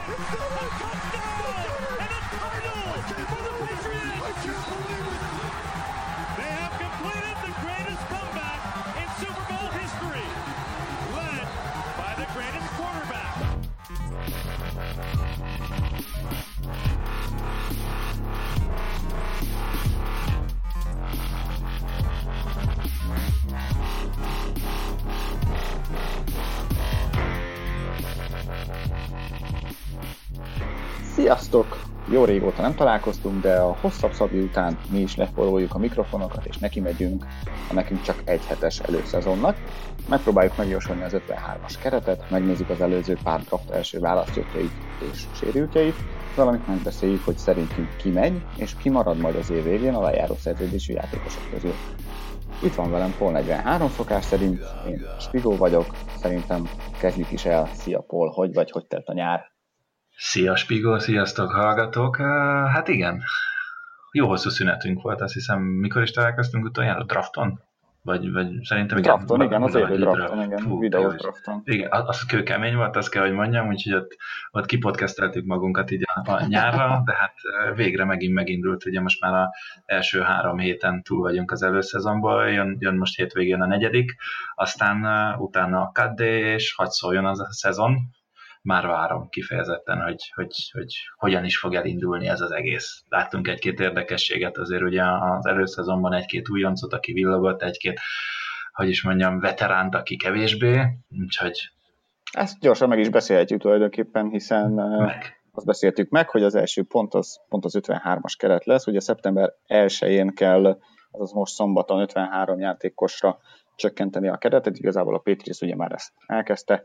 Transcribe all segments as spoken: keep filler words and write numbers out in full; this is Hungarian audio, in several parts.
Sziasztok! Jó régóta nem találkoztunk, de a hosszabb szabály után mi is leforoljuk a mikrofonokat, és neki megyünk a nekünk csak egy hetes előszezonnak. Megpróbáljuk megjósolni az ötvenhármas keretet, megnézzük az előző pár draft első választottjait és sérültjeit, valamint megbeszéljük, hogy szerintünk ki megy, és ki marad majd az év végén a lejáró szerződésű játékosok közül. Itt van velem Paul negyvenhárom szokás szerint, én Spigó vagyok, szerintem kezdjük is el. Szia Paul, hogy vagy, hogy telt a nyár? Szia Spigó, sziasztok hallgatók! Uh, hát igen, jó hosszú szünetünk volt, azt hiszem, mikor is találkoztunk utoljára, drafton? Vagy, vagy szerintem igen. Drafton, igen, az élő drafton, igen, Fú, videós drafton. Igen, az kőkemény volt, azt kell, hogy mondjam, úgyhogy ott, ott kipodcasteltük magunkat így a, a nyárra, de hát végre megint megindult, ugye most már az első három héten túl vagyunk az előszezonból, jön, jön most hétvégén a negyedik, aztán uh, utána a cut day, és hadd szóljon az a szezon. Már várom kifejezetten, hogy, hogy, hogy hogyan is fog elindulni ez az egész. Láttunk egy-két érdekességet, azért ugye az előszezonban egy-két újoncot, aki villogott, egy-két, hogy is mondjam, veteránt, aki kevésbé, úgyhogy... Ezt gyorsan meg is beszélhetjük tulajdonképpen, hiszen meg. azt beszéltük meg, hogy az első pont az, pont az ötvenhármas keret lesz, ugye szeptember elsején kell, azaz most szombaton ötvenhárom játékosra csökkenteni a keretet, igazából a Patriots ugye már ezt elkezdte,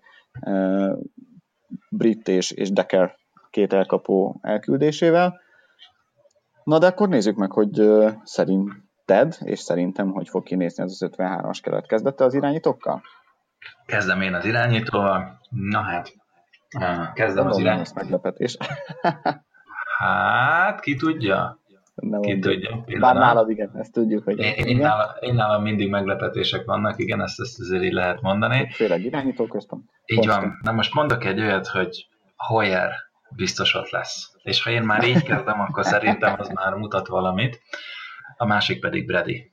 Britt és, és Decker két elkapó elküldésével. Na de akkor nézzük meg, hogy uh, szerinted, és szerintem, hogy fog kinézni az az ötvenhármas keret. Kezdette az irányítókkal? Kezdem én az irányítóval. Na hát, uh, kezdem az irányítóval. Meglepetés. Hát, ki tudja? Nem ki tudja? Bár nálad igen, ezt tudjuk, hogy... Én, én, nálam, én nálam mindig meglepetések vannak, igen, ezt, ezt azért így lehet mondani. Főleg irányítóközben. Így Posten. Van. Na most mondok egy olyat, hogy Hoyer biztos ott lesz. És ha én már így kezdem, akkor szerintem az már mutat valamit. A másik pedig Brady.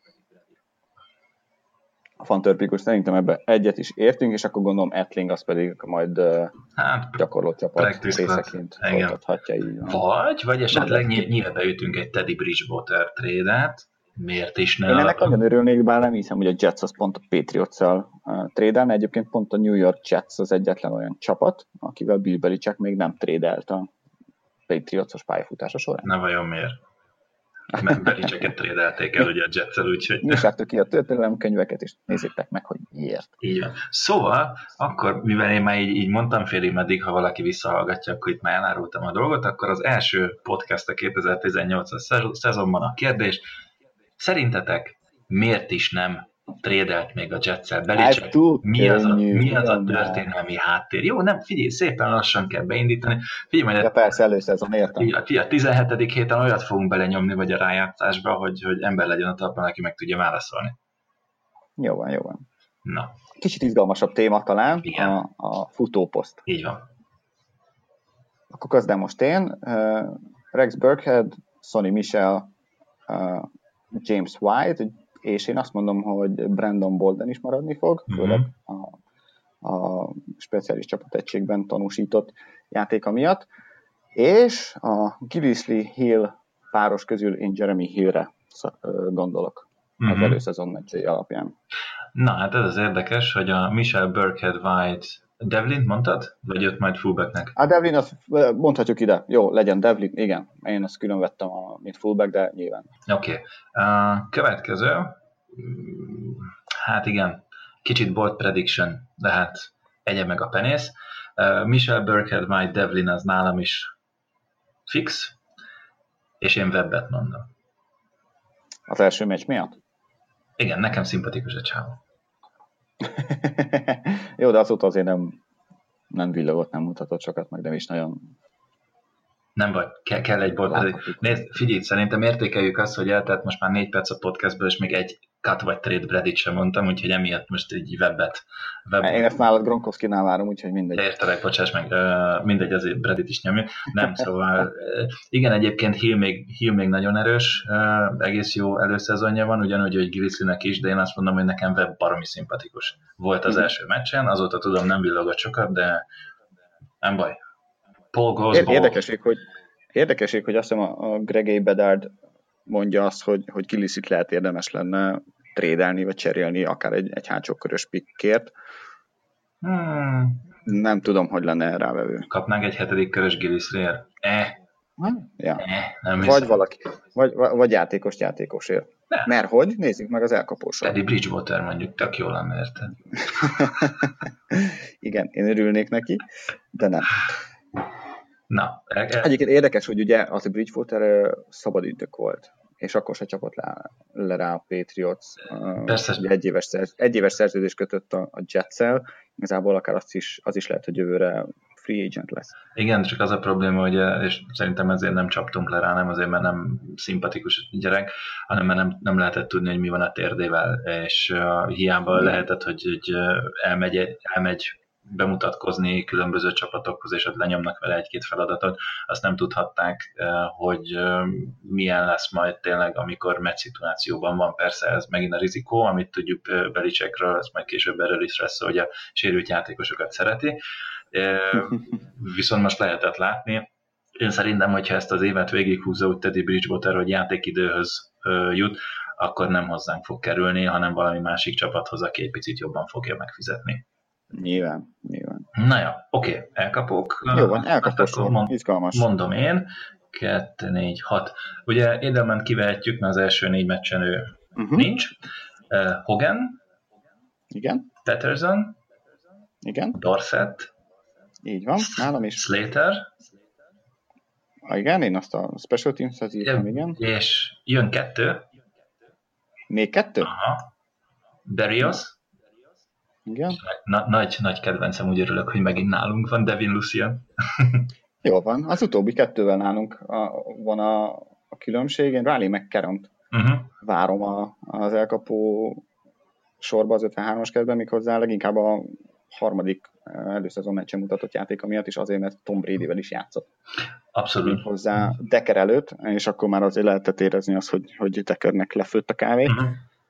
A fantörpikus szerintem ebbe egyet is értünk, és akkor gondolom Etling az pedig majd hát, gyakorló csapat részeként folytathatja így. Vagy, vagy esetleg nyilván beütünk egy Teddy Bridgewater trade-et. Miért is ne? Én ennek nagyon örülnék, bár nem hiszem, hogy a Jets az pont a Patriots-szal uh, trédelne. Egyébként pont a New York Jets az egyetlen olyan csapat, akivel Bill Belichick még nem trédelt a Patriots-os pályafutása során. Na vajon miért? Mert Belichicket trédelték el ugye a Jets-el, úgyhogy... Nyissátok ki a történelemkönyveket, és nézzétek meg, hogy miért. Így van. Szóval, akkor, mivel én már így, így mondtam félig meddig, ha valaki visszahallgatja, akkor itt már elárultam a dolgot, akkor az első podcast a kétezer-tizennyolcas szezonban a kérdés: szerintetek miért is nem trédelt még a Jets-el Belichick? Mi az a, mi az a történelmi háttér? Jó, nem, figyelj, szépen lassan kell beindítani. Figyelj, majd ja, persze, előszezon, értem. A, a tizenhetedik héten olyat fogunk belenyomni, vagy a rájátszásba, hogy, hogy ember legyen a talpon, aki meg tudja válaszolni. Jó van, jó van. Na. Kicsit izgalmasabb téma talán, a, a futóposzt. Így van. Akkor kezdem most én. Uh, Rex Burkhead, Sonny Michel, uh, James White, és én azt mondom, hogy Brandon Bolden is maradni fog, mm-hmm. főleg a, a speciális csapategységben tanúsított játéka miatt, és a Gillislee Hill páros közül én Jeremy Hillre gondolok mm-hmm. az előszezon meccsei alapján. Na, hát ez az érdekes, hogy a Michel Burkhead White, Devlin mondtad? Vagy jött majd fullbacknek? A Devlin, azt mondhatjuk ide. Jó, legyen Devlin, igen. Én azt külön vettem, a, mint fullback, de nyilván. Oké. Okay. Uh, következő. Hát igen, kicsit bold prediction, de hát egye meg a penész. Uh, Michel Burkhead, Mike Devlin az nálam is fix, és én Webbet mondom. Az első meccs miatt? Igen, nekem szimpatikus a csávó. Jó, de azóta azért nem, nem villogott, nem mutatott sokat, meg nem is nagyon... Nem baj, ke- kell egy bold. Nézd, figyelj, szerintem értékeljük azt, hogy eltelt most már négy perc a podcastből, és még egy cut vagy trade Bradit sem mondtam, úgyhogy emiatt most egy webbet. webbet. Én ezt nálad Gronkowski-nál várom, úgyhogy mindegy. Értelek, bocsáss meg, mindegy, azért Bradit is nyomja. Nem, szóval igen, egyébként Hill még, Hill még nagyon erős, egész jó előszezonja van, ugyanúgy, hogy Gillislinek is, de én azt mondom, hogy nekem Webb baromi szimpatikus volt az első meccsen, azóta tudom, nem villogott sokat, de nem baj. Paul goes ball. Érdekesség, hogy, érdekesség, hogy azt hiszem a, a Greg A. Bedard mondja azt, hogy, hogy Gillisit lehet érdemes lenne trédelni, vagy cserélni akár egy, egy hátsókörös pikkért. Hmm. Nem tudom, hogy lenne rávevő. Kapnánk egy hetedik körös Gillisre? Eh. Ja. Eh, nem vagy valaki, vagy, vagy játékos játékosért. Nem. Mert hogy? Nézzük meg az elkapósor. Eddie Bridgewater mondjuk, tök jól lenne, érted? Igen, én örülnék neki, de nem. Na. E- e- Egyébként érdekes, hogy ugye az a Bridgewater szabad ütök volt, és akkor se csapott le, le rá a Patriots. Persze. Ugye egy éves, szerz, egy éves szerződést kötött a, a Jets-el, igazából akár az is, az is lehet, hogy jövőre free agent lesz. Igen, csak az a probléma, hogy, és szerintem ezért nem csaptunk le rá, nem azért, mert nem szimpatikus gyerek, hanem mert nem, nem lehetett tudni, hogy mi van a térdével, és uh, hiába Igen. lehetett, hogy, hogy elmegy, elmegy bemutatkozni különböző csapatokhoz, és ott lenyomnak vele egy-két feladatot, azt nem tudhatták, hogy milyen lesz majd tényleg, amikor meccs szituációban van. Persze ez megint a rizikó, amit tudjuk Belichickről, ez majd később erről is lesz, hogy a sérült játékosokat szereti. Viszont most lehetett látni. Én szerintem, hogyha ezt az évet végighúzza úgy Teddy Bridgewater, hogy játékidőhöz jut, akkor nem hozzánk fog kerülni, hanem valami másik csapathoz, aki egy picit jobban fogja megfizetni. Nyilván, nyilván. Na jó, oké, okay, elkapok. Jó van, elkapok, mond, izgalmas. Mondom én, kettő, négy, hat. Ugye Edelman kivehetjük, mert az első négy meccsen ő uh-huh. nincs. Uh, Hogan. Igen. Patterson. Igen. Dorsett. Így van, nálam is. Slater. Ah, igen, én azt a Special Teams-hez írtam, igen. És jön kettő. Még kettő? Aha. Berrios. Igen. Na, nagy, nagy kedvencem, úgy örülök, hogy megint nálunk van Devin Lucien. Jó van, az utóbbi kettővel nálunk a, van a, a különbség. Én Riley McCarron-t uh-huh. várom a, az elkapó sorba az ötvenhármas keretben, méghozzá leginkább a harmadik előszezon meccsen mutatott játéka miatt is, azért, mert Tom Bradyvel is játszott. Abszolút. Hozzá Decker előtt, és akkor már azért lehetett érezni azt, hogy, hogy Deckernek lefőtt a kávé. Uh-huh.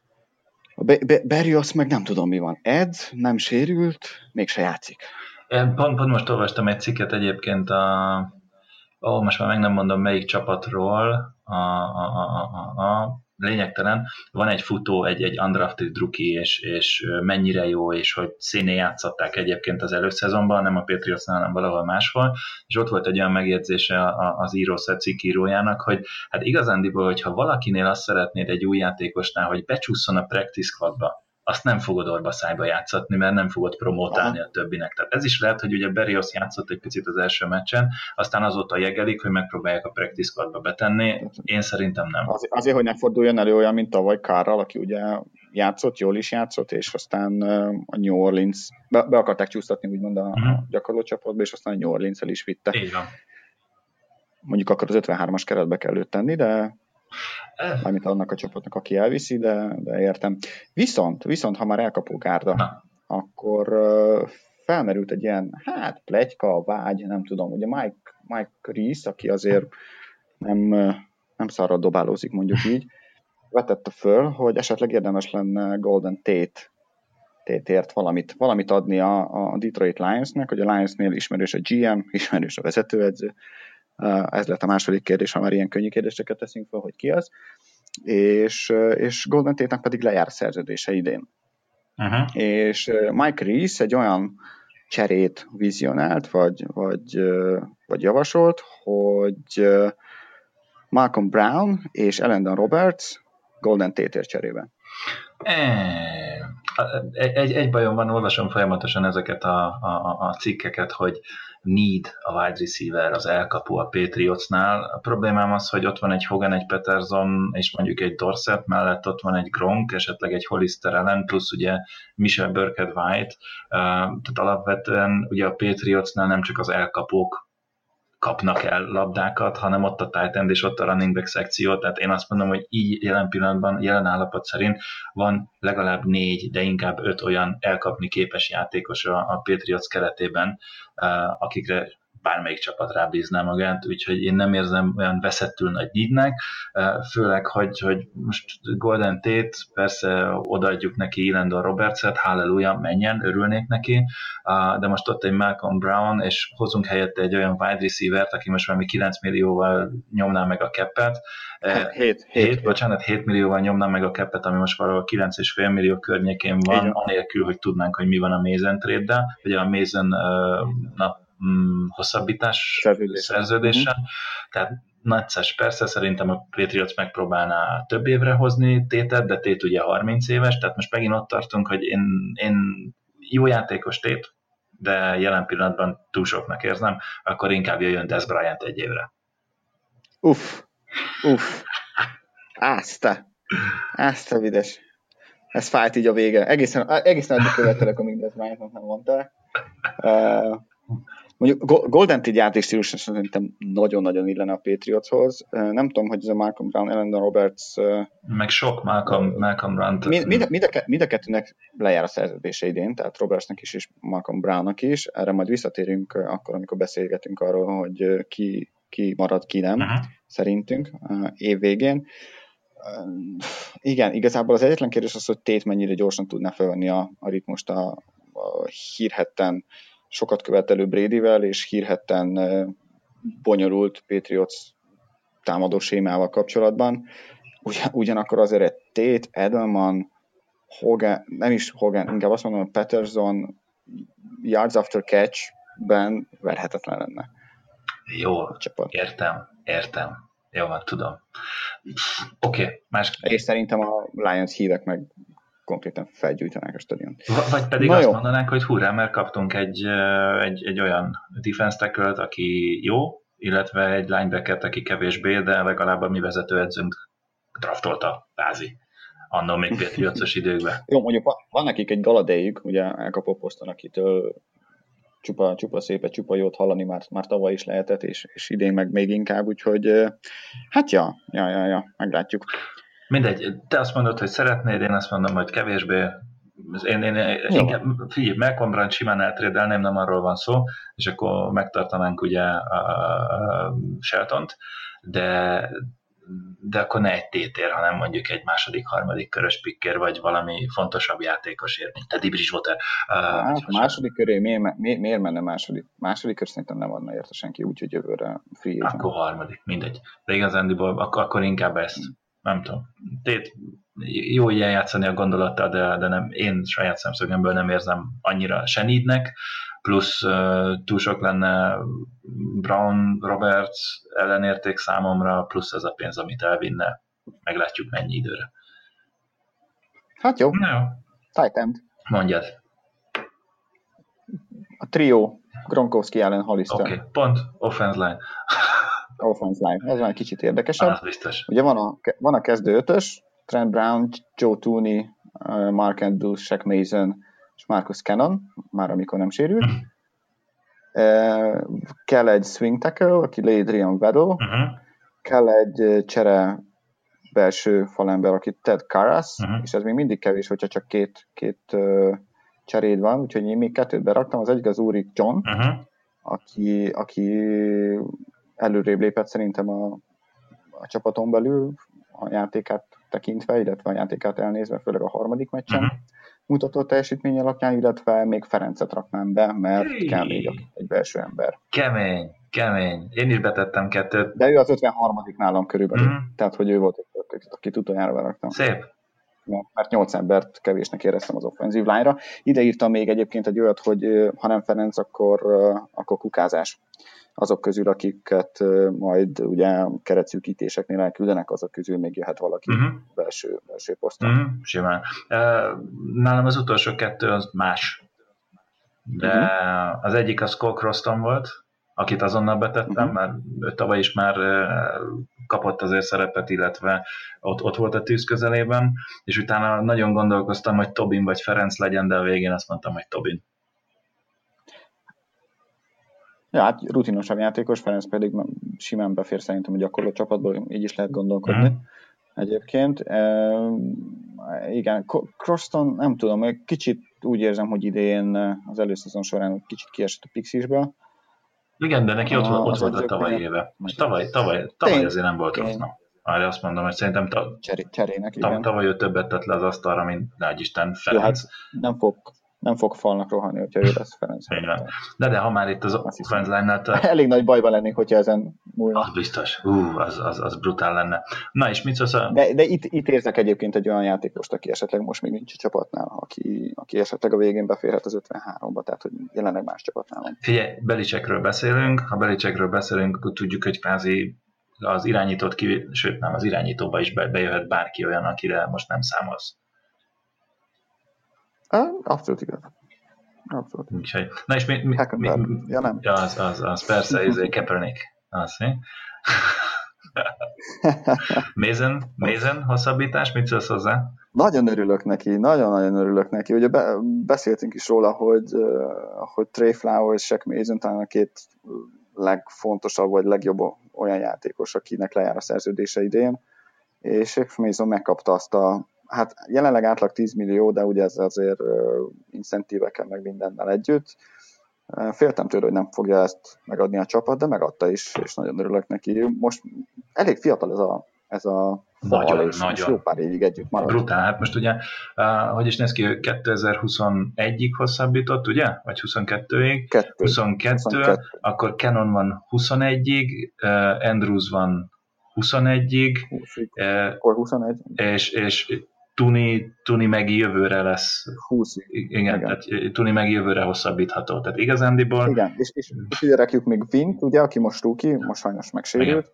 A Be- Be- Berrios meg nem tudom mi van. Edz nem sérült, mégse játszik. Én pont, pont most olvastam egy cikket egyébként a, ó, most már meg nem mondom melyik csapatról, a, a, a, a, a lényegtelen, van egy futó, egy, egy undrafted rookie, és, és mennyire jó, és hogy színé játszották egyébként az előszezonban, nem a Patriotsnál, hanem valahol máshol, és ott volt egy olyan megjegyzése az írószer cikkírójának, hogy hát igazándiból, hogyha valakinél azt szeretnéd egy új játékosnál, hogy becsúszson a practice squadba, azt nem fogod orbaszájba játszatni, mert nem fogod promotálni a többinek. Tehát ez is lehet, hogy ugye Berrios játszott egy picit az első meccsen, aztán azóta jegelik, hogy megpróbálják a practice squadba betenni. Én szerintem nem. Az, azért, hogy ne forduljon elő olyan, mint tavaly Carral, aki ugye játszott, jól is játszott, és aztán a New Orleans, be, be akarták csúsztatni úgymond a uh-huh. gyakorló csapatba, és aztán a New Orleans-el is vitte. Így van. Mondjuk akkor az ötvenhármas keretbe kell őt tenni, de mármint annak a csapatnak, aki elviszi, de, de értem. Viszont, viszont, ha már elkapó gárda, Na. akkor uh, felmerült egy ilyen, hát, pletyka, vágy, nem tudom, ugye Mike, Mike Reese, aki azért nem, nem szarra dobálózik, mondjuk így, vetette föl, hogy esetleg érdemes lenne Golden Tate Tate-ért valamit, valamit adni a, a Detroit Lionsnek, hogy a Lionsnél ismerős a gé em, ismerős a vezetőedző. Ez lett a második kérdés, ha már ilyen könnyű kérdéseket teszünk fel, hogy ki az. És, és Golden Tate-nek pedig lejár a szerződése idén. Uh-huh. És Mike Reese egy olyan cserét vizionált, vagy, vagy, vagy javasolt, hogy Malcolm Brown és Elandon Roberts Golden Tate-ért cserébe. Egy, egy bajom van, olvasom folyamatosan ezeket a, a, a cikkeket, hogy need a wide receiver, az elkapó a Patriotsnál. A problémám az, hogy ott van egy Hogan, egy Patterson, és mondjuk egy Dorsett, mellett ott van egy Gronk, esetleg egy Hollister ellen, plusz ugye Michel Burkhead White. Tehát alapvetően ugye a Patriotsnál nem csak az elkapók kapnak el labdákat, hanem ott a tight end és ott a running back szekció, tehát én azt mondom, hogy így jelen pillanatban, jelen állapot szerint van legalább négy, de inkább öt olyan elkapni képes játékos a, a Patriots keretében, uh, akikre bármelyik csapat rábízná magát, úgyhogy én nem érzem olyan veszettül nagy neednek, főleg, hogy, hogy most Golden Tate, persze odaadjuk neki Landon Robertset, halleluja, menjen, örülnék neki, de most ott egy Malcolm Brown, és hozunk helyette egy olyan wide receivert, aki most valami kilenc millióval nyomná meg a keppet, hét, bocsánat, hét millióval nyomná meg a keppet, ami most valahol kilenc egész öt millió környékén van, igen, anélkül, hogy tudnánk, hogy mi van a Mason trade-del, ugye a Mason na, hosszabbítás szerződéssel. szerződéssel. Mm-hmm. Tehát nagyszás, persze szerintem a Patriots megpróbálná több évre hozni Tétet, de Tét ugye harminc éves, tehát most megint ott tartunk, hogy én, én jó játékos Tét, de jelen pillanatban túl soknak érzem, akkor inkább jöjjön Dez Bryant egy évre. Uff, uff, ázta, ázta vides. Ez fájt így a vége. Egészen, egészen addig követelek, amíg Dez Bryantnak nem mondta. Uh, Mondjuk Golden Tate játékstílusa szerintem nagyon-nagyon illene a Patriotshoz. Nem tudom, hogy ez a Malcolm Brown, Landon Roberts... Meg sok Malcolm, Malcolm Brown. Mind, mind, mind, a, mind a kettőnek lejár a szerződése idén, tehát Robertsnek is és Malcolm Brownnak is. Erre majd visszatérünk akkor, amikor beszélgetünk arról, hogy ki, ki marad, ki nem, uh-huh. szerintünk év végén. Igen, igazából az egyetlen kérdés az, hogy Tate mennyire gyorsan tudná felvenni a, a ritmust a, a hírhetten sokat követelő Bradyvel, és hírhetten bonyolult Patriots támadó sémával kapcsolatban. Ugyan, ugyanakkor azért egy Tate, Edelman, Hogan, nem is Hogan, inkább azt mondom, hogy Patterson yards after catch-ben verhetetlen lenne. Jó, értem, értem. Jó, van, tudom. Oké, okay, más... És szerintem a Lions hívek meg konkrétan felgyújtanák a stadiont. Vagy pedig Na azt jó. mondanánk, hogy hurrá, mert kaptunk egy, egy, egy olyan defense tackle-t, aki jó, illetve egy linebackert, aki kevésbé, de legalább a mi vezetőedzőnk draftolta Pázi. Annól még Patriotsos időkben. Jó, mondjuk van nekik egy galadéjük, ugye elkapó poszton, akitől csupa, csupa szépet, csupa jót hallani már, már tavaly is lehetett, és, és idén meg még inkább, úgyhogy hát ja, ja, ja, ja meglátjuk. Mindegy, te azt mondod, hogy szeretnéd, én azt mondom, hogy kevésbé. Én, én, én inkább, figyelj, Malcolm Brown simán eltrédelném, nem arról van szó, és akkor megtartanánk ugye a, a Sheltont, de, de akkor ne egy tétér, hanem mondjuk egy második, harmadik körös picker, vagy valami fontosabb játékosért, mint Teddy Bridgewater. Hát, uh, második köré, miért, miért, miért menne második? Második kör szerintem nem adna érte senki, úgyhogy jövőre free agent. Akkor harmadik, mindegy. De igazándiból akkor, akkor inkább ezt. Nem tudom. Tét, jó ilyen játszani a gondolattal, de, de nem, én saját szemszögemből nem érzem annyira se neednek, plusz uh, túl sok lenne Brown, Roberts ellenérték számomra, plusz ez a pénz, amit elvinne. Meglátjuk mennyi időre. Hát jó. Na jó. Tight end. Mondjad. A trió Gronkowski ellen Hollister. Oké, okay. Pont. Offense line. Offense line. Ez már kicsit érdekesebb. Az biztos. Ugye van a, van a kezdő ötös, Trent Brown, Joe Thuney, Mark Andrews, Shaq Mason és Marcus Cannon, már amikor nem sérült. Uh-huh. Uh, kell egy swing tackle, aki Adrian Weddle. Uh-huh. Kell egy csere belső falember, aki Ted Karras, uh-huh. és ez még mindig kevés, hogyha csak két, két uh, cseréd van, úgyhogy én még kettőt beraktam. Az egyik az Ulrich John, uh-huh. aki, aki előrébb lépett szerintem a, a csapaton belül, a játékát tekintve, illetve a játékát elnézve, főleg a harmadik meccsen uh-huh. mutatott teljesítmény alapján, illetve még Ferencet raknám be, mert hey. kell még egy belső ember. Kemény, kemény. Én is betettem kettőt. De ő az ötvenharmadik nálam körülbelül, uh-huh. tehát hogy ő volt, akit utoljára beraktam. Szép. Mert nyolc embert kevésnek éreztem az offenzív line-ra. Ide írtam még egyébként egy olyat, hogy ha nem Ferenc, akkor, akkor kukázás. Azok közül, akiket majd ugye keretszűkítéseknél elküldenek, azok közül még jöhet valaki uh-huh. belső, belső poszton. Uh-huh. Simán. Nálam az utolsó kettő az más. De uh-huh. az egyik az Cole Croston volt, akit azonnal betettem, uh-huh. mert tavaly is már kapott azért szerepet, illetve ott, ott volt a tűz közelében, és utána nagyon gondolkoztam, hogy Tobin vagy Ferenc legyen, de a végén azt mondtam, hogy Tobin. Ja, hát rutinosabb játékos, Ferenc pedig simán befér szerintem a gyakorló csapatból, így is lehet gondolkodni. Mm. Egyébként. E, igen, Croston, nem tudom, kicsit úgy érzem, hogy idén az előszezon során kicsit kiesett a Pixisből. Igen, de neki ott, a, ott volt a tavalyi éve. Most tavaly, tavaly, tavaly azért nem volt rossz. Arra azt mondom, hogy szerintem ta, Cseré, cserének, ta, tavaly ő többet tett le az asztalra, mint nagy Isten Ferenc. Jó, hát nem fog nem fog falnak rohanni, hogyha ő lesz Ferenc. De de ha már itt az offense line-nál... Te... Elég nagy bajban lennék, hogyha ezen múlna. Az biztos. Ú, az, az, az brutál lenne. Na és mit szólsz a... De, de itt, itt érzek egyébként egy olyan játékost, aki esetleg most még nincs a csapatnál, aki, aki esetleg a végén beférhet az ötvenháromba, tehát hogy jelenleg más csapatnál van. Figyelj, Belicsekről beszélünk, ha Belicsekről beszélünk, akkor tudjuk, hogy kvázi az irányítót ki, sőt nem, az irányítóba is be, bejöhet bárki olyan, akire most nem számolsz. Abszolút igaz. Abszolút. Úgyhogy, na és mi... mi, mi ja, nem. Az, az, az persze, ez egy Kaepernick. Az, mi? Mason, Mason, hosszabbítás, mit szólsz hozzá? Nagyon örülök neki, nagyon-nagyon örülök neki. Ugye be, beszéltünk is róla, hogy, hogy Trey Flowers, Shaq Mason talán a két legfontosabb, vagy legjobb olyan játékos, akinek lejár a szerződése idén, és Shaq Mason megkapta azt a, hát jelenleg átlag tíz millió, de ugye ez azért uh, incentívekkel meg mindennel együtt. Uh, féltem tőle, hogy nem fogja ezt megadni a csapat, de megadta is, és nagyon örülök neki. Most elég fiatal ez a, ez a nagyon, és nagyon. jó pár évig együtt marad. Brutál, hát most ugye, uh, hogy is néz ki, kétezer-huszonegyig hosszabbított, ugye? Vagy huszonkettőig? Kettő. huszonkettő, huszonkettő. Akkor Cannon van huszonegyig, uh, Andrews van huszonegyig, uh, akkor huszonegy. És, és Tuni, Tuni Megi jövőre lesz. húszig. Igen, igen. Tehát Tuni Megi jövőre hosszabbítható. Tehát igazándiból... Igen, és, és, és ide rakjuk még Vint, ugye, aki most rookie, most sajnos megsérült.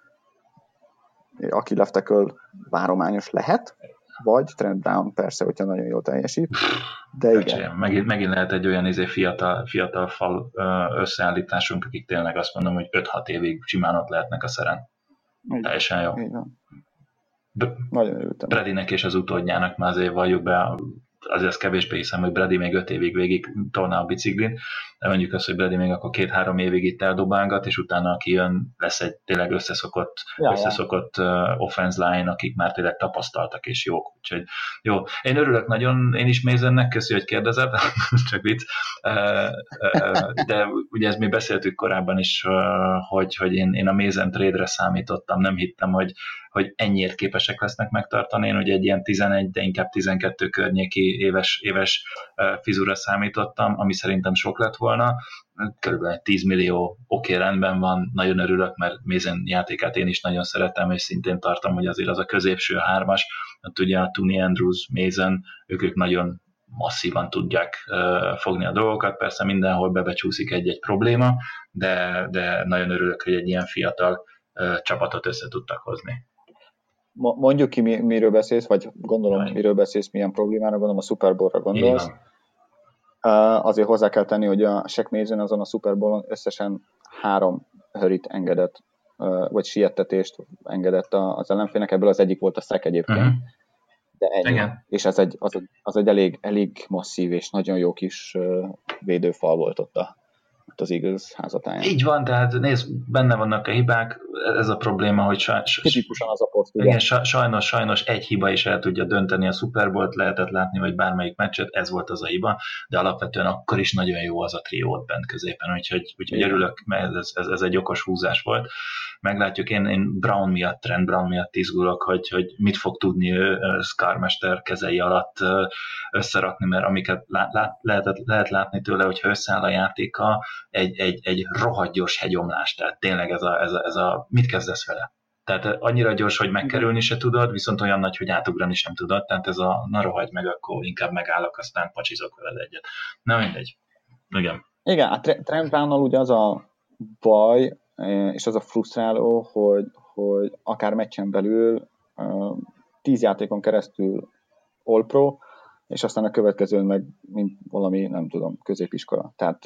Igen. Aki left tackle várományos lehet, vagy Trent Brown persze, hogyha nagyon jól teljesít. De igen. Megint, megint lehet egy olyan izé fiatal, fiatal fal összeállításunk, akik tényleg azt mondom, hogy öt-hat évig simán ott lehetnek a szeren. Igen. Teljesen jó. Igen. B- Nagyon örültem. Bradynek és az utódjának már azért valljuk be, azért ezt kevésbé hiszem, hogy Brady még öt évig végig tolná a biciklin, de mondjuk azt, hogy Brady még akkor két-három évig itt eldobálgat, és utána aki jön, lesz egy tényleg összeszokott, ja, összeszokott ja. Uh, offense line, akik már tényleg tapasztaltak és jók. Úgyhogy jó. Én örülök nagyon, én is Masonnek, köszi, hogy kérdezed, csak vicc. Uh, uh, de ugye ezt mi beszéltük korábban is, uh, hogy, hogy én, én a Mason trade-re számítottam, nem hittem, hogy hogy ennyiért képesek lesznek megtartani. Én ugye egy ilyen tizenegy, de inkább tizenkettő környéki éves, éves fizura számítottam, ami szerintem sok lett volna. Körülbelül tíz millió, oké, okay, rendben van, nagyon örülök, mert Mason játékát én is nagyon szeretem, és szintén tartom, hogy azért az a középső hármas, ott ugye a Tony Andrews, Mason, ők, ők nagyon masszívan tudják uh, fogni a dolgokat, persze mindenhol bebecsúszik egy-egy probléma, de, de nagyon örülök, hogy egy ilyen fiatal uh, csapatot össze tudtak hozni. Mondjuk ki, miről beszélsz, vagy gondolom, Jaj. miről beszélsz, milyen problémára, gondolom a Super Bowl-ra gondolsz. Uh, azért hozzá kell tenni, hogy a Shaq Mason azon a Super Bowl-on összesen három hurryt engedett, uh, vagy siettetést engedett az ellenfélnek, ebből az egyik volt a sack egyébként. Uh-huh. De ennyi. Igen. És ez egy, az, egy, az egy elég, elég masszív és nagyon jó kis uh, védőfal volt ott a az Eagles házatáján. Így van, tehát nézd, benne vannak a hibák, ez a probléma, hogy saj- tipikusan az a poszt, igen, sajnos, sajnos egy hiba is el tudja dönteni a Super Bowl-t, lehetett látni, vagy bármelyik meccset, ez volt az a hiba, de alapvetően akkor is nagyon jó az a trió ott bent középen, úgyhogy, úgyhogy örülök, mert ez, ez, ez egy okos húzás volt. Meglátjuk, én, én Brown miatt, Trent Brown miatt izgulok, hogy, hogy mit fog tudni ő Scarmester kezei alatt összerakni, mert amiket lát, lát, lehet, lehet látni tőle, hogyha összeáll a játéka, egy, egy, egy rohadt gyors hegyomlás, tehát tényleg ez a, ez, a, ez a mit kezdesz vele? Tehát annyira gyors, hogy megkerülni se tudod, viszont olyan nagy, hogy átugrani sem tudod, tehát ez a na rohagy meg, akkor inkább megállok, aztán pacsizok veled egyet. Na mindegy. Igen. Igen, a Trent Brownnal ugye az a baj, és az a frusztráló, hogy, hogy akár meccsen belül tíz játékon keresztül All-Pro, és aztán a következőn meg mint valami, nem tudom, középiskola. Tehát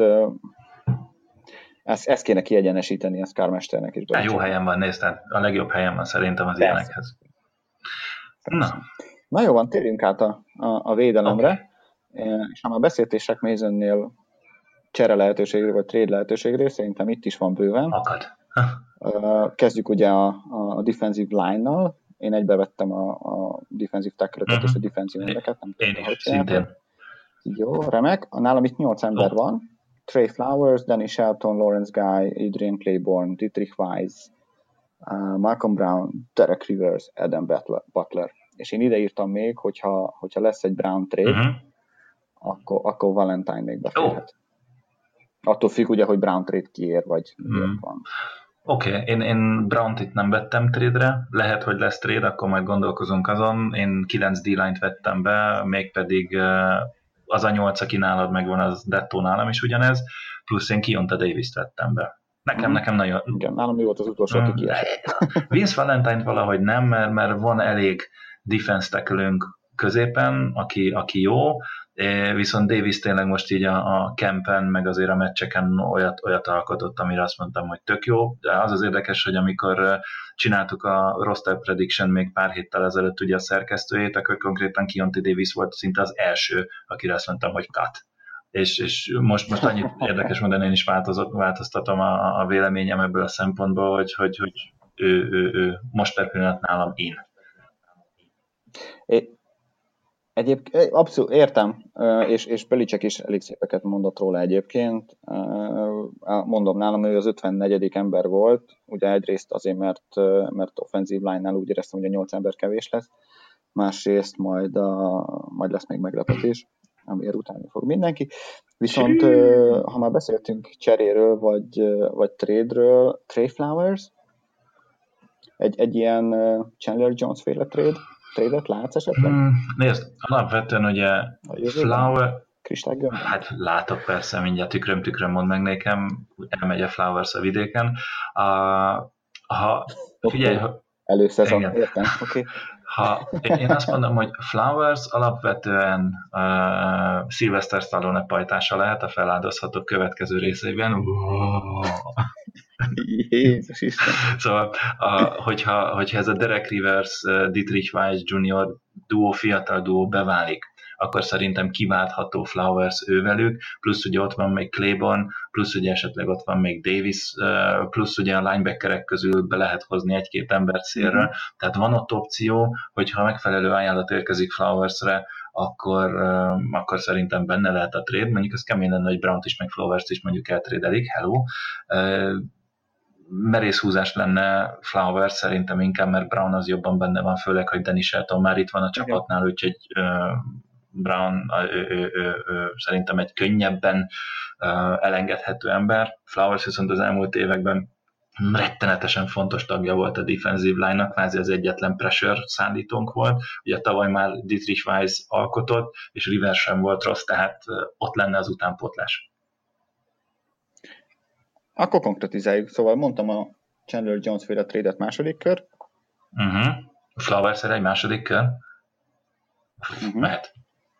ezt, ezt kéne kiegyenesíteni a Scarmesternek is. Jó helyen van, nézd, a legjobb helyen van szerintem az Persze. ilyenekhez. Persze. Na. Na jó van, térjünk át a, a, a védelemre, okay. És ha már beszéltések Masonnél csere lehetőségre, vagy trade lehetőségre, szerintem itt is van bőven. Akad. Kezdjük ugye a, a defensive line-nal. Én egybevettem a, a defensive tackle-öket uh-huh. és a defensive endeket. Én is, szintén. Jó, remek. Nálam itt nyolc ember oh. van. Trey Flowers, Danny Shelton, Lawrence Guy, Adrian Claiborne, Dietrich Weiss, uh, Malcolm Brown, Derek Rivers, Adam Butler. És én ide írtam még, hogyha, hogyha lesz egy Brown trade, uh-huh. akkor, akkor Valentine még beférhet. Oh. Attól függ ugye, hogy Brown trade kiér, vagy hmm. van. Oké, okay. én, én Brown-t itt nem vettem trade-re, lehet, hogy lesz trade, akkor majd gondolkozunk azon. Én kilenc D-line-t vettem be, mégpedig az a nyolc, aki nálad megvan, az dettó nálam is ugyanez, plusz én Keonta Davis-t vettem be. Nekem, hmm. nekem nagyon... Igen, nálam mi volt az utolsó, aki kiesett. Vince Valentine-t valahogy nem, mert, mert van elég defense tackle-ünk középen, aki, aki jó, viszont Davis tényleg most így a, a campen, meg azért a meccseken olyat, olyat alkotott, amire azt mondtam, hogy tök jó, de az az érdekes, hogy amikor csináltuk a roster prediction még pár héttel ezelőtt ugye a szerkesztőjét, akkor konkrétan Keonta Davis volt szinte az első, akire azt mondtam, hogy cut. És, és most, most annyit érdekes mondani, én is változtatom a, a véleményem ebből a szempontból, hogy, hogy, hogy ő, ő, ő most per pillanat nálam én. É. Egyébként abszolút értem, és, és Belichick is elég szépeket mondott róla egyébként. Mondom, nálam ő az ötvennegyedik ember volt, ugye egyrészt azért, mert, mert offensive line-nál úgy éreztem, hogy a nyolc ember kevés lesz, másrészt majd, a, majd lesz még meglepetés, amiért utálni fog mindenki. Viszont ha már beszéltünk cseréről, vagy, vagy trade-ről, Trey Flowers, egy, egy ilyen Chandler Jones-féle trade, trade-et látsz esetleg? Hmm, nézd, alapvetően ugye Flower... Kristálygömbben? Hát látok persze, mindjárt tükröm tükröm mond meg nekem, elmegy a Flowers a vidéken. Uh, ha, figyelj... Okay. Előszezon, értem, oké. Okay. Ha, én azt mondom, hogy Flowers alapvetően uh, Sylvester Stallone pajtása lehet a feláldozhatók következő részeiben. Jézus Isten. Szóval, a, hogyha, hogyha ez a Derek Rivers, uh, Dietrich Weiss junior duó, fiatal duó beválik, akkor szerintem kiváltható Flowers ővelük, plusz ugye ott van még Claiborne, plusz ugye esetleg ott van még Davis, plusz ugye a linebackerek közül be lehet hozni egy-két embert szélre, mm-hmm. tehát van ott opció, hogyha megfelelő ajánlat érkezik Flowersre, akkor, akkor szerintem benne lehet a trade, mondjuk ez kemény lenne, hogy Brownt is meg Flowers-t is mondjuk eltrédelik, hello. Merész húzás lenne Flowers szerintem inkább, mert Brown az jobban benne van, főleg, hogy Danny Shelton már itt van a csapatnál, úgyhogy Brown ő, ő, ő, ő, szerintem egy könnyebben uh, elengedhető ember. Flowers viszont az elmúlt években rettenetesen fontos tagja volt a defensive line-nak, kvázi az egyetlen pressure szállítónk volt. Ugye tavaly már Dietrich Weiss alkotott, és Rivers sem volt rossz, tehát uh, ott lenne az utánpótlás. Akkor konkretizáljuk. Szóval mondtam a Chandler Jones-féle trade-et második kör. Uh-huh. Flowers egy második kör? Uh-huh. Mehet.